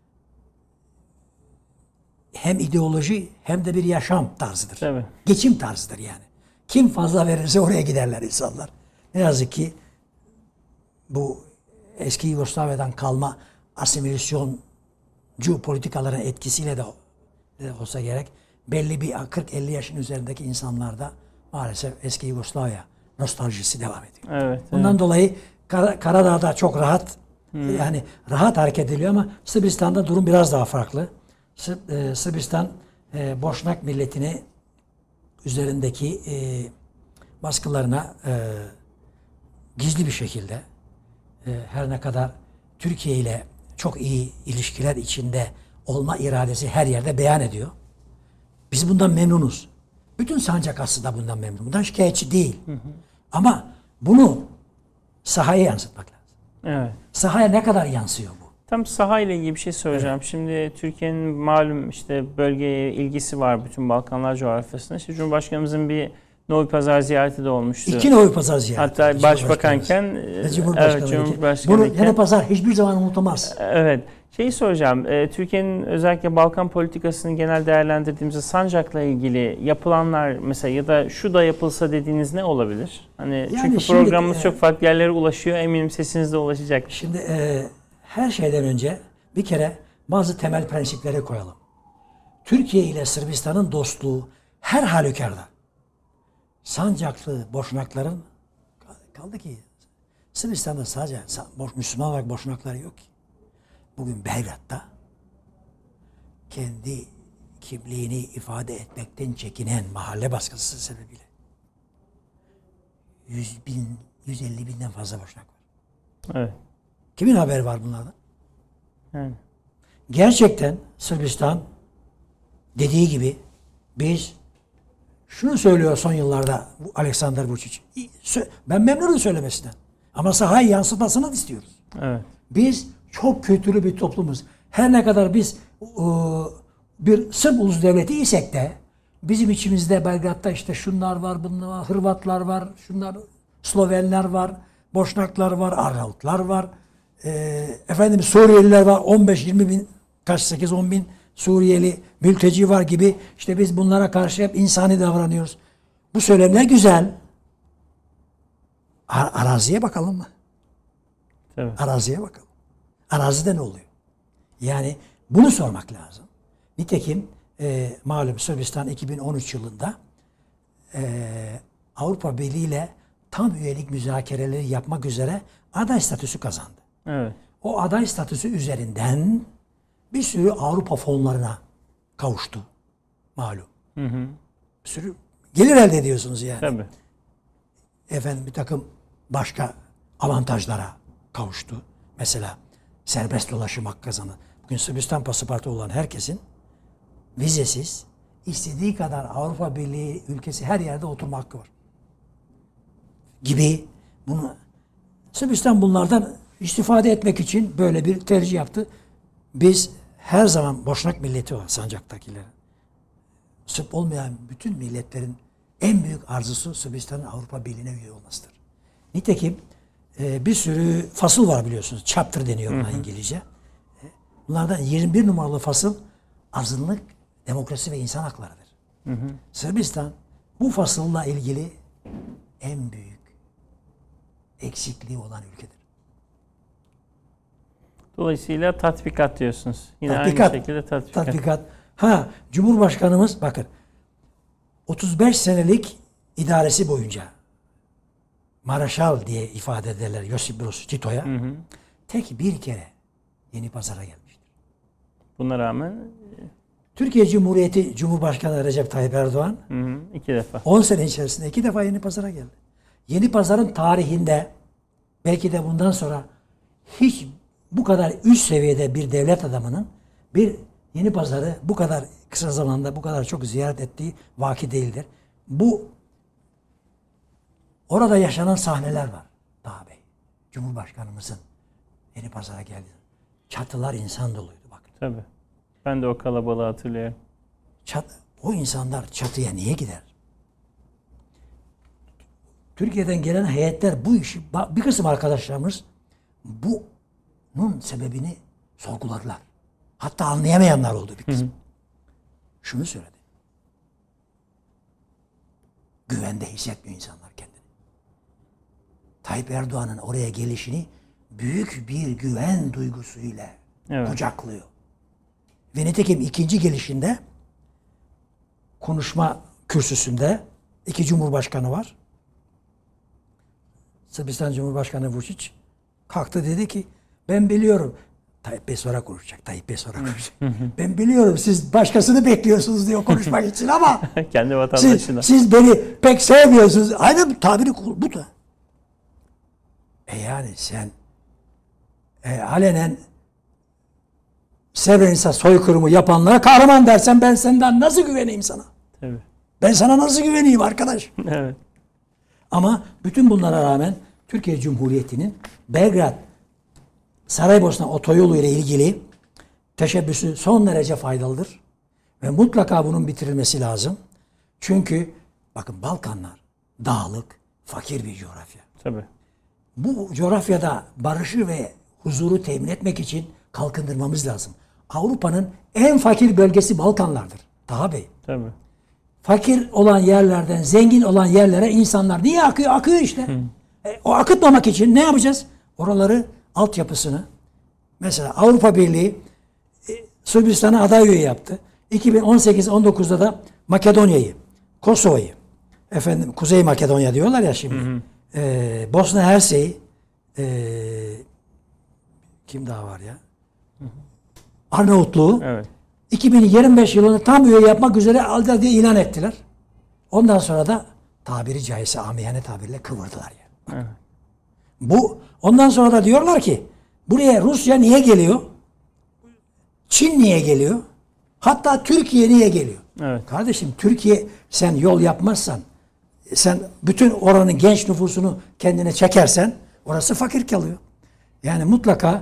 B: hem ideoloji hem de bir yaşam tarzıdır.
A: Tabii.
B: Geçim tarzıdır yani. Kim fazla verirse oraya giderler insanlar. Ne yazık ki bu eski Yugoslavya'dan kalma asimilasyoncu politikaların etkisiyle de olsa gerek belli bir 40-50 yaşın üzerindeki insanlarda maalesef eski Yugoslavya nostaljisi devam ediyor.
A: Evet.
B: Bundan dolayı Karadağ'da çok rahat yani rahat hareket ediliyor ama Sırbistan'da durum biraz daha farklı. Sırbistan Boşnak milletini üzerindeki baskılarına gizli bir şekilde her ne kadar Türkiye ile çok iyi ilişkiler içinde olma iradesi her yerde beyan ediyor. Biz bundan memnunuz. Bütün sancak aslında bundan memnun. Bundan şikayetçi değil. Ama bunu sahaya yansıtmak lazım.
A: Evet.
B: Sahaya ne kadar yansıyor bu?
A: Tam saha ile ilgili bir şey soracağım. Evet. Şimdi Türkiye'nin malum işte bölgeye ilgisi var bütün Balkanlar coğrafyasında. İşte Cumhurbaşkanımızın bir Novi Pazar ziyareti de olmuştu.
B: 2 Novi Pazar ziyareti.
A: Hatta başbakanken
B: Bunu Novi Pazar hiçbir zaman unutamaz.
A: Evet. Şeyi soracağım. Türkiye'nin özellikle Balkan politikasını genel değerlendirdiğimizde Sancak'la ilgili yapılanlar mesela ya da şu da yapılsa dediğiniz ne olabilir? Hani yani çünkü programımız çok farklı yerlere ulaşıyor. Eminim sesiniz de ulaşacak.
B: Şimdi her şeyden önce bir kere bazı temel prensipleri koyalım. Türkiye ile Sırbistan'ın dostluğu her halükarda Sancaklı Boşnakların kaldı ki Sırbistan'da sadece Müslüman olarak Boşnaklar yok ki. Bugün Belgrad'da kendi kimliğini ifade etmekten çekinen mahalle baskısı sebebiyle 150 binden fazla Boşnak var.
A: Evet.
B: Kimin haberi var bunlardan?
A: Yani.
B: Gerçekten Sırbistan dediği gibi biz şunu söylüyor son yıllarda Aleksandar Vučić. Ben memnunum söylemesinden. Ama sahaya yansıtmasını istiyoruz.
A: Evet.
B: Biz çok kültürlü bir toplumuz. Her ne kadar biz bir Sırp ulus devleti isek de bizim içimizde Belgrad'da işte şunlar var, bunlar var, Hırvatlar var, şunlar Slovenler var, Boşnaklar var, Arnavutlar var. Suriyeliler var. 15-20 bin, 8-10 bin Suriyeli mülteci var gibi. İşte biz bunlara karşı hep insani davranıyoruz. Bu söylemler güzel. Araziye bakalım mı?
A: Evet.
B: Araziye bakalım. Arazide ne oluyor? Yani bunu sormak lazım. Nitekim malum Sırbistan 2013 yılında Avrupa Birliği ile tam üyelik müzakereleri yapmak üzere aday statüsü kazandı.
A: Evet.
B: O aday statüsü üzerinden bir sürü Avrupa fonlarına kavuştu. Malum. Bir sürü gelir elde ediyorsunuz yani.
A: Tabii.
B: Bir takım başka avantajlara kavuştu. Mesela serbest dolaşım hakkı kazanı. Bugün Sırbistan pasaportu olan herkesin vizesiz istediği kadar Avrupa Birliği ülkesi her yerde oturma hakkı var. Gibi bunu Sırbistan bunlardan istifade etmek için böyle bir tercih yaptı. Biz her zaman Boşnak milleti var Sancak'takiler. Sırp olmayan bütün milletlerin en büyük arzusu Sırbistan'ın Avrupa Birliği'ne üye olmasıdır. Nitekim bir sürü fasıl var biliyorsunuz. Chapter deniyor buna İngilizce. Bunlardan 21 numaralı fasıl azınlık, demokrasi ve insan haklarıdır. Sırbistan bu fasılla ilgili en büyük eksikliği olan ülkedir.
A: Dolayısıyla tatbikat diyorsunuz. Yine
B: tatbikat,
A: aynı şekilde tatbikat.
B: Cumhurbaşkanımız bakın 35 senelik idaresi boyunca Maraşal diye ifade ederler Josip Broz Tito'ya. Tek bir kere Yeni Pazar'a gelmiştir.
A: Buna rağmen
B: Türkiye Cumhuriyeti Cumhurbaşkanı Recep Tayyip Erdoğan
A: 2 defa.
B: 10 sene içerisinde 2 defa Yeni Pazar'a geldi. Yeni Pazar'ın tarihinde belki de bundan sonra hiç bu kadar üst seviyede bir devlet adamının bir Yeni Pazar'ı bu kadar kısa zamanda bu kadar çok ziyaret ettiği vaki değildir. Bu orada yaşanan sahneler var Taha Bey. Cumhurbaşkanımızın Yeni Pazar'a geldi. Çatılar insan doluydu bakın.
A: Tabii. Ben de o kalabalığı hatırlıyorum.
B: O insanlar çatıya niye gider? Türkiye'den gelen heyetler bu işi, bir kısım arkadaşlarımız bunun sebebini sorguladılar. Hatta anlayamayanlar oldu bir kısım. Şunu söyledi. Güvende hissetmiyor insanlar kendini. Tayyip Erdoğan'ın oraya gelişini büyük bir güven duygusuyla kucaklıyor. Ve nitekim ikinci gelişinde konuşma kürsüsünde 2 cumhurbaşkanı var. Sırbistan Cumhurbaşkanı Vučić kalktı dedi ki ben biliyorum. Tayyip Bey sonra konuşacak. Ben biliyorum siz başkasını bekliyorsunuz diyor konuşmak için ama
A: kendi vatandaşına.
B: Siz beni pek sevmiyorsunuz. Aynı tabiri bu da. Yani sen alenen Srebrenica soykırımı yapanlara kahraman dersen ben senden nasıl güveneyim sana?
A: Tabii.
B: Ben sana nasıl güveneyim arkadaş?
A: Evet.
B: Ama bütün bunlara rağmen Türkiye Cumhuriyeti'nin Belgrad Saraybosna otoyolu ile ilgili teşebbüsü son derece faydalıdır. Ve mutlaka bunun bitirilmesi lazım. Çünkü bakın Balkanlar dağlık, fakir bir coğrafya.
A: Tabii.
B: Bu coğrafyada barışı ve huzuru temin etmek için kalkındırmamız lazım. Avrupa'nın en fakir bölgesi Balkanlardır. Taha Bey.
A: Tabii.
B: Fakir olan yerlerden zengin olan yerlere insanlar niye akıyor? Akıyor işte. O akıtmamak için ne yapacağız? Oraları altyapısını mesela Avrupa Birliği Sırbistan'a aday üye yaptı. 2018-19'da da Makedonya'yı, Kosova'yı, Kuzey Makedonya diyorlar ya şimdi. Bosna Hersek'i kim daha var ya? Arnavutluğu 2025 yılında tam üye yapmak üzere aldı diye ilan ettiler. Ondan sonra da tabiri caizse amiyane tabirle kıvırdılar ya. Ondan sonra da diyorlar ki buraya Rusya niye geliyor? Çin niye geliyor? Hatta Türkiye niye geliyor?
A: Evet.
B: Kardeşim Türkiye sen yol yapmazsan sen bütün oranın genç nüfusunu kendine çekersen orası fakir kalıyor. Yani mutlaka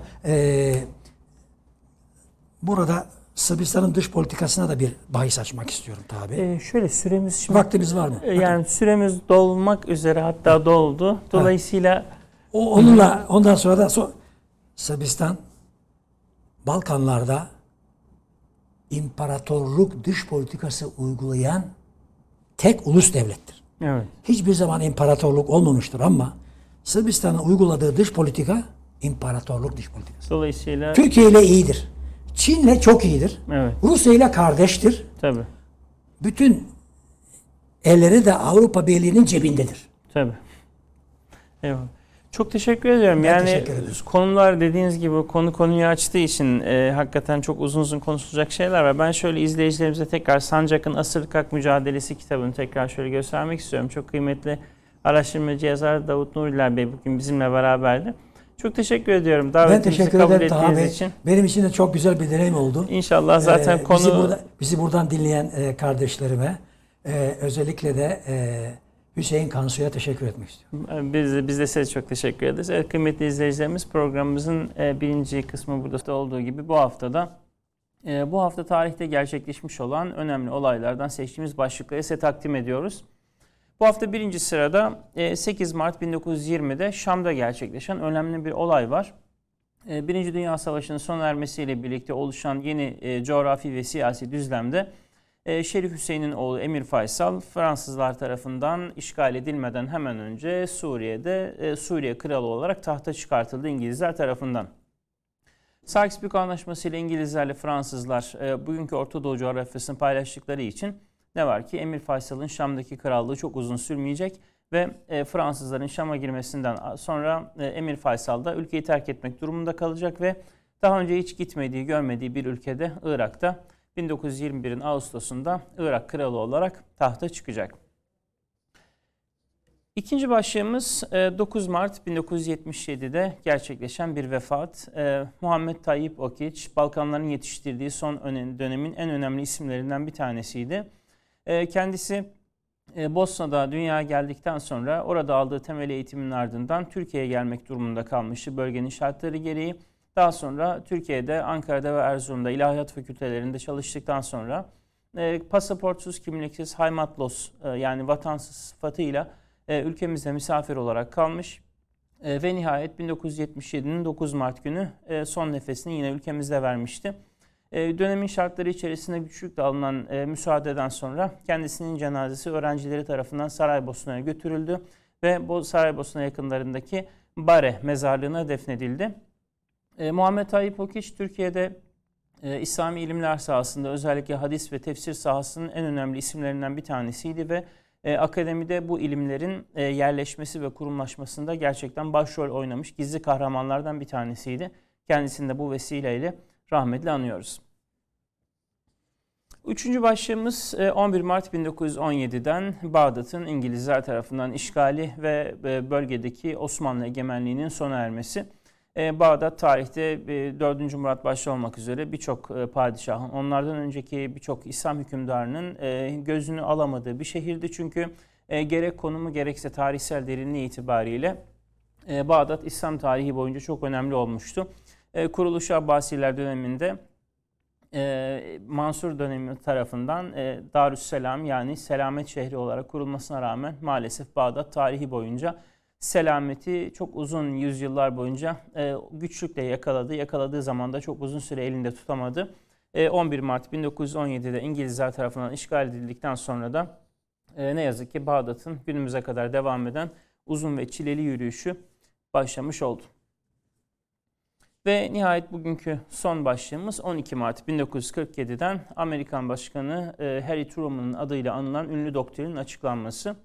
B: burada Sırbistan'ın dış politikasına da bir bahis açmak istiyorum tabii.
A: Şöyle süremiz şimdi...
B: Vaktimiz var mı?
A: Yani süremiz dolmak üzere hatta doldu. Dolayısıyla...
B: Ondan sonra da Sırbistan Balkanlarda imparatorluk dış politikası uygulayan tek ulus devlettir.
A: Evet.
B: Hiçbir zaman imparatorluk olmamıştır ama Sırbistan'ın uyguladığı dış politika imparatorluk dış politikası.
A: Dolayısıyla
B: Türkiye ile iyidir. Çin'le çok iyidir.
A: Evet.
B: Rusya ile kardeştir.
A: Tabii.
B: Bütün elleri de Avrupa Birliği'nin cebindedir.
A: Tabii. Eyvallah. Çok teşekkür ediyorum.
B: Ben teşekkür ederim.
A: Konular dediğiniz gibi konuyu açtığı için hakikaten çok uzun konuşulacak şeyler var. Ben şöyle izleyicilerimize tekrar Sancak'ın Asırlık Hak Mücadelesi kitabını tekrar şöyle göstermek istiyorum. Çok kıymetli araştırmacı yazar Davut Nuriler Bey bugün bizimle beraberdi. Çok teşekkür ediyorum davetimizi kabul ettiğiniz için.
B: Benim için de çok güzel bir deneyim oldu.
A: İnşallah zaten
B: bizi buradan dinleyen kardeşlerime özellikle de Hüseyin Kansu'ya teşekkür etmek istiyorum.
A: Biz de size çok teşekkür ederiz. Evet, kıymetli izleyicilerimiz programımızın birinci kısmı burada olduğu gibi bu hafta tarihte gerçekleşmiş olan önemli olaylardan seçtiğimiz başlıkları size takdim ediyoruz. Bu hafta birinci sırada 8 Mart 1920'de Şam'da gerçekleşen önemli bir olay var. Birinci Dünya Savaşı'nın sona ermesiyle birlikte oluşan yeni coğrafi ve siyasi düzlemde Şerif Hüseyin'in oğlu Emir Faysal Fransızlar tarafından işgal edilmeden hemen önce Suriye kralı olarak tahta çıkartıldı İngilizler tarafından. Sykes-Picot Anlaşması ile İngilizlerle Fransızlar bugünkü Orta Doğu coğrafyasını paylaştıkları için ne var ki Emir Faysal'ın Şam'daki krallığı çok uzun sürmeyecek ve Fransızların Şam'a girmesinden sonra Emir Faysal da ülkeyi terk etmek durumunda kalacak ve daha önce hiç gitmediği, görmediği bir ülkede, Irak'ta 1921'in Ağustos'unda Irak kralı olarak tahta çıkacak. İkinci başlığımız 9 Mart 1977'de gerçekleşen bir vefat. Muhammed Tayyip Okiç, Balkanların yetiştirdiği son dönemin en önemli isimlerinden bir tanesiydi. Kendisi Bosna'da dünyaya geldikten sonra orada aldığı temel eğitimin ardından Türkiye'ye gelmek durumunda kalmıştı bölgenin şartları gereği. Daha sonra Türkiye'de, Ankara'da ve Erzurum'da ilahiyat fakültelerinde çalıştıktan sonra pasaportsuz, kimliksiz, haymatlos yani vatansız sıfatıyla ülkemizde misafir olarak kalmış ve nihayet 1977'nin 9 Mart günü son nefesini yine ülkemizde vermişti. Dönemin şartları içerisinde güçlükle alınan müsaadeden sonra kendisinin cenazesi öğrencileri tarafından Saraybosna'ya götürüldü ve bu Saraybosna yakınlarındaki Bare mezarlığına defnedildi. Muhammed Tayyip Okiç Türkiye'de İslami ilimler sahasında özellikle hadis ve tefsir sahasının en önemli isimlerinden bir tanesiydi ve akademide bu ilimlerin yerleşmesi ve kurumlaşmasında gerçekten başrol oynamış gizli kahramanlardan bir tanesiydi. Kendisini de bu vesileyle rahmetle anıyoruz. Üçüncü başlığımız 11 Mart 1917'den Bağdat'ın İngilizler tarafından işgali ve bölgedeki Osmanlı egemenliğinin sona ermesi. Bağdat tarihte 4. Murat başta olmak üzere birçok padişahın, onlardan önceki birçok İslam hükümdarının gözünü alamadığı bir şehirdi. Çünkü gerek konumu gerekse tarihsel derinliği itibariyle Bağdat İslam tarihi boyunca çok önemli olmuştu. Kuruluşu Abbasiler döneminde Mansur dönemi tarafından Darüsselam yani selamet şehri olarak kurulmasına rağmen maalesef Bağdat tarihi boyunca selameti çok uzun yüzyıllar boyunca güçlükle yakaladı. Yakaladığı zaman da çok uzun süre elinde tutamadı. 11 Mart 1917'de İngilizler tarafından işgal edildikten sonra da ne yazık ki Bağdat'ın günümüze kadar devam eden uzun ve çileli yürüyüşü başlamış oldu. Ve nihayet bugünkü son başlığımız 12 Mart 1947'den Amerikan Başkanı Harry Truman'ın adıyla anılan ünlü doktrinin açıklanması.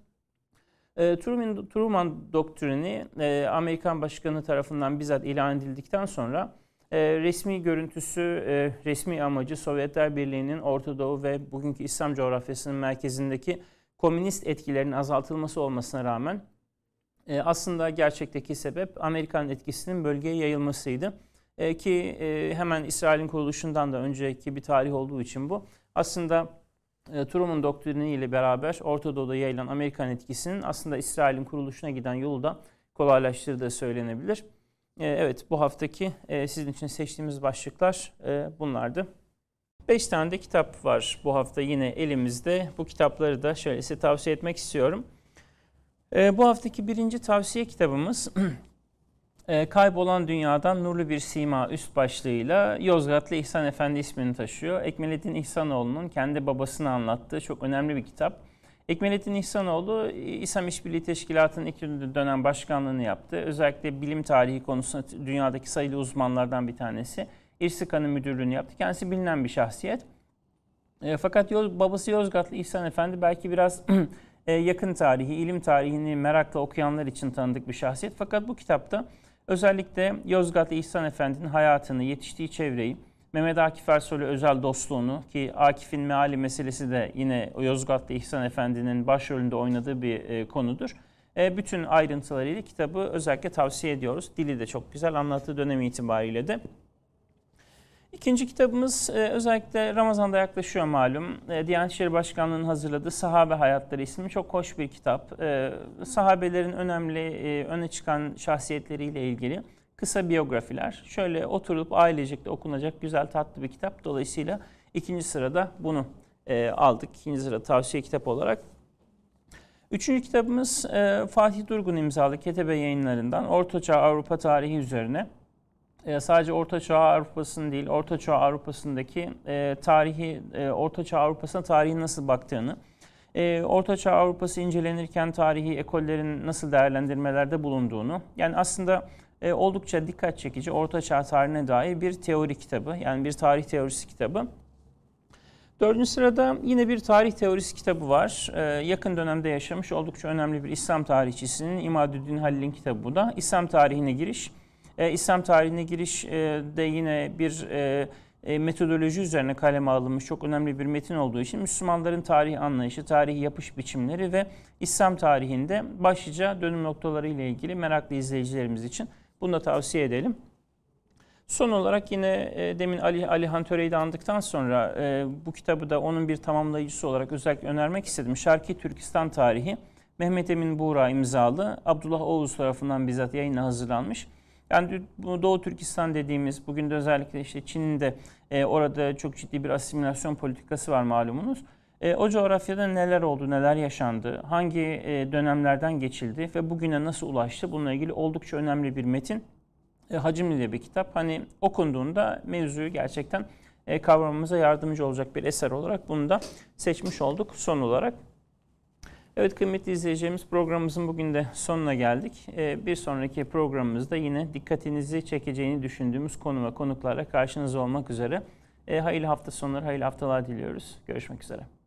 A: Truman doktrini Amerikan Başkanı tarafından bizzat ilan edildikten sonra resmi görüntüsü, resmi amacı Sovyetler Birliği'nin Orta Doğu ve bugünkü İslam coğrafyasının merkezindeki komünist etkilerinin azaltılması olmasına rağmen aslında gerçekteki sebep Amerikan etkisinin bölgeye yayılmasıydı. Ki hemen İsrail'in kuruluşundan da önceki bir tarih olduğu için bu. Aslında Truman doktrini ile beraber Orta Doğu'da yayılan Amerikan etkisinin aslında İsrail'in kuruluşuna giden yolu da kolaylaştırdığı söylenebilir. Evet, bu haftaki sizin için seçtiğimiz başlıklar bunlardı. 5 tane de kitap var bu hafta yine elimizde. Bu kitapları da şöyle size tavsiye etmek istiyorum. Bu haftaki birinci tavsiye kitabımız Kaybolan Dünyadan Nurlu Bir Sima üst başlığıyla Yozgatlı İhsan Efendi ismini taşıyor. Ekmelettin İhsanoğlu'nun kendi babasını anlattığı çok önemli bir kitap. Ekmelettin İhsanoğlu, İslam İşbirliği Teşkilatı'nın ilk dönem başkanlığını yaptı. Özellikle bilim tarihi konusunda dünyadaki sayılı uzmanlardan bir tanesi. İrsikan'ı müdürlüğünü yaptı. Kendisi bilinen bir şahsiyet. Fakat babası Yozgatlı İhsan Efendi belki biraz yakın tarihi, ilim tarihini merakla okuyanlar için tanıdık bir şahsiyet. Fakat bu kitapta özellikle Yozgatlı İhsan Efendi'nin hayatını, yetiştiği çevreyi, Mehmet Akif Ersoy'la özel dostluğunu ki Akif'in meali meselesi de yine Yozgatlı İhsan Efendi'nin başrolünde oynadığı bir konudur. Bütün ayrıntılarıyla kitabı özellikle tavsiye ediyoruz. Dili de çok güzel, anlattığı dönemi itibariyle de. İkinci kitabımız özellikle Ramazan'da yaklaşıyor malum. Diyanet İşleri Başkanlığı'nın hazırladığı Sahabe Hayatları isimli çok hoş bir kitap. Sahabelerin önemli, öne çıkan şahsiyetleriyle ilgili kısa biyografiler. Şöyle oturup ailecek de okunacak güzel tatlı bir kitap. Dolayısıyla ikinci sırada bunu aldık. İkinci sırada tavsiye kitap olarak. Üçüncü kitabımız Fatih Durgun imzalı Ketebe Yayınları'ndan Ortaçağ Avrupa Tarihi üzerine. Sadece Ortaçağ Avrupa'sının değil, Ortaçağ Avrupa'sındaki tarihi, Ortaçağ Avrupa'sına tarihin nasıl baktığını, Ortaçağ Avrupa'sı incelenirken tarihi ekollerin nasıl değerlendirmelerde bulunduğunu, yani aslında oldukça dikkat çekici Ortaçağ tarihine dair bir teori kitabı, yani bir tarih teorisi kitabı. Dördüncü sırada yine bir tarih teorisi kitabı var. Yakın dönemde yaşamış oldukça önemli bir İslam tarihçisinin İmadüddin Halil'in kitabı bu da. İslam tarihine giriş. İslam tarihine giriş de yine bir metodoloji üzerine kaleme alınmış çok önemli bir metin olduğu için Müslümanların tarih anlayışı, tarihi yapış biçimleri ve İslam tarihinde başlıca dönüm noktaları ile ilgili meraklı izleyicilerimiz için bunu da tavsiye edelim. Son olarak yine demin Alihan Töre'yi de andıktan sonra bu kitabı da onun bir tamamlayıcısı olarak özellikle önermek istedim. Şarkı Türkistan Tarihi, Mehmet Emin Buğra imzalı, Abdullah Oğuz tarafından bizzat yayına hazırlanmış. Yani bu Doğu Türkistan dediğimiz, bugün de özellikle işte Çin'in de orada çok ciddi bir asimilasyon politikası var malumunuz. O coğrafyada neler oldu, neler yaşandı, hangi dönemlerden geçildi ve bugüne nasıl ulaştı, bununla ilgili oldukça önemli bir metin. Hacimli de bir kitap. Hani okunduğunda mevzuyu gerçekten kavramamıza yardımcı olacak bir eser olarak bunu da seçmiş olduk son olarak. Evet kıymetli izleyicilerimiz, programımızın bugün de sonuna geldik. Bir sonraki programımızda yine dikkatinizi çekeceğini düşündüğümüz konu ve konuklarla karşınızda olmak üzere. Hayırlı hafta sonları, hayırlı haftalar diliyoruz. Görüşmek üzere.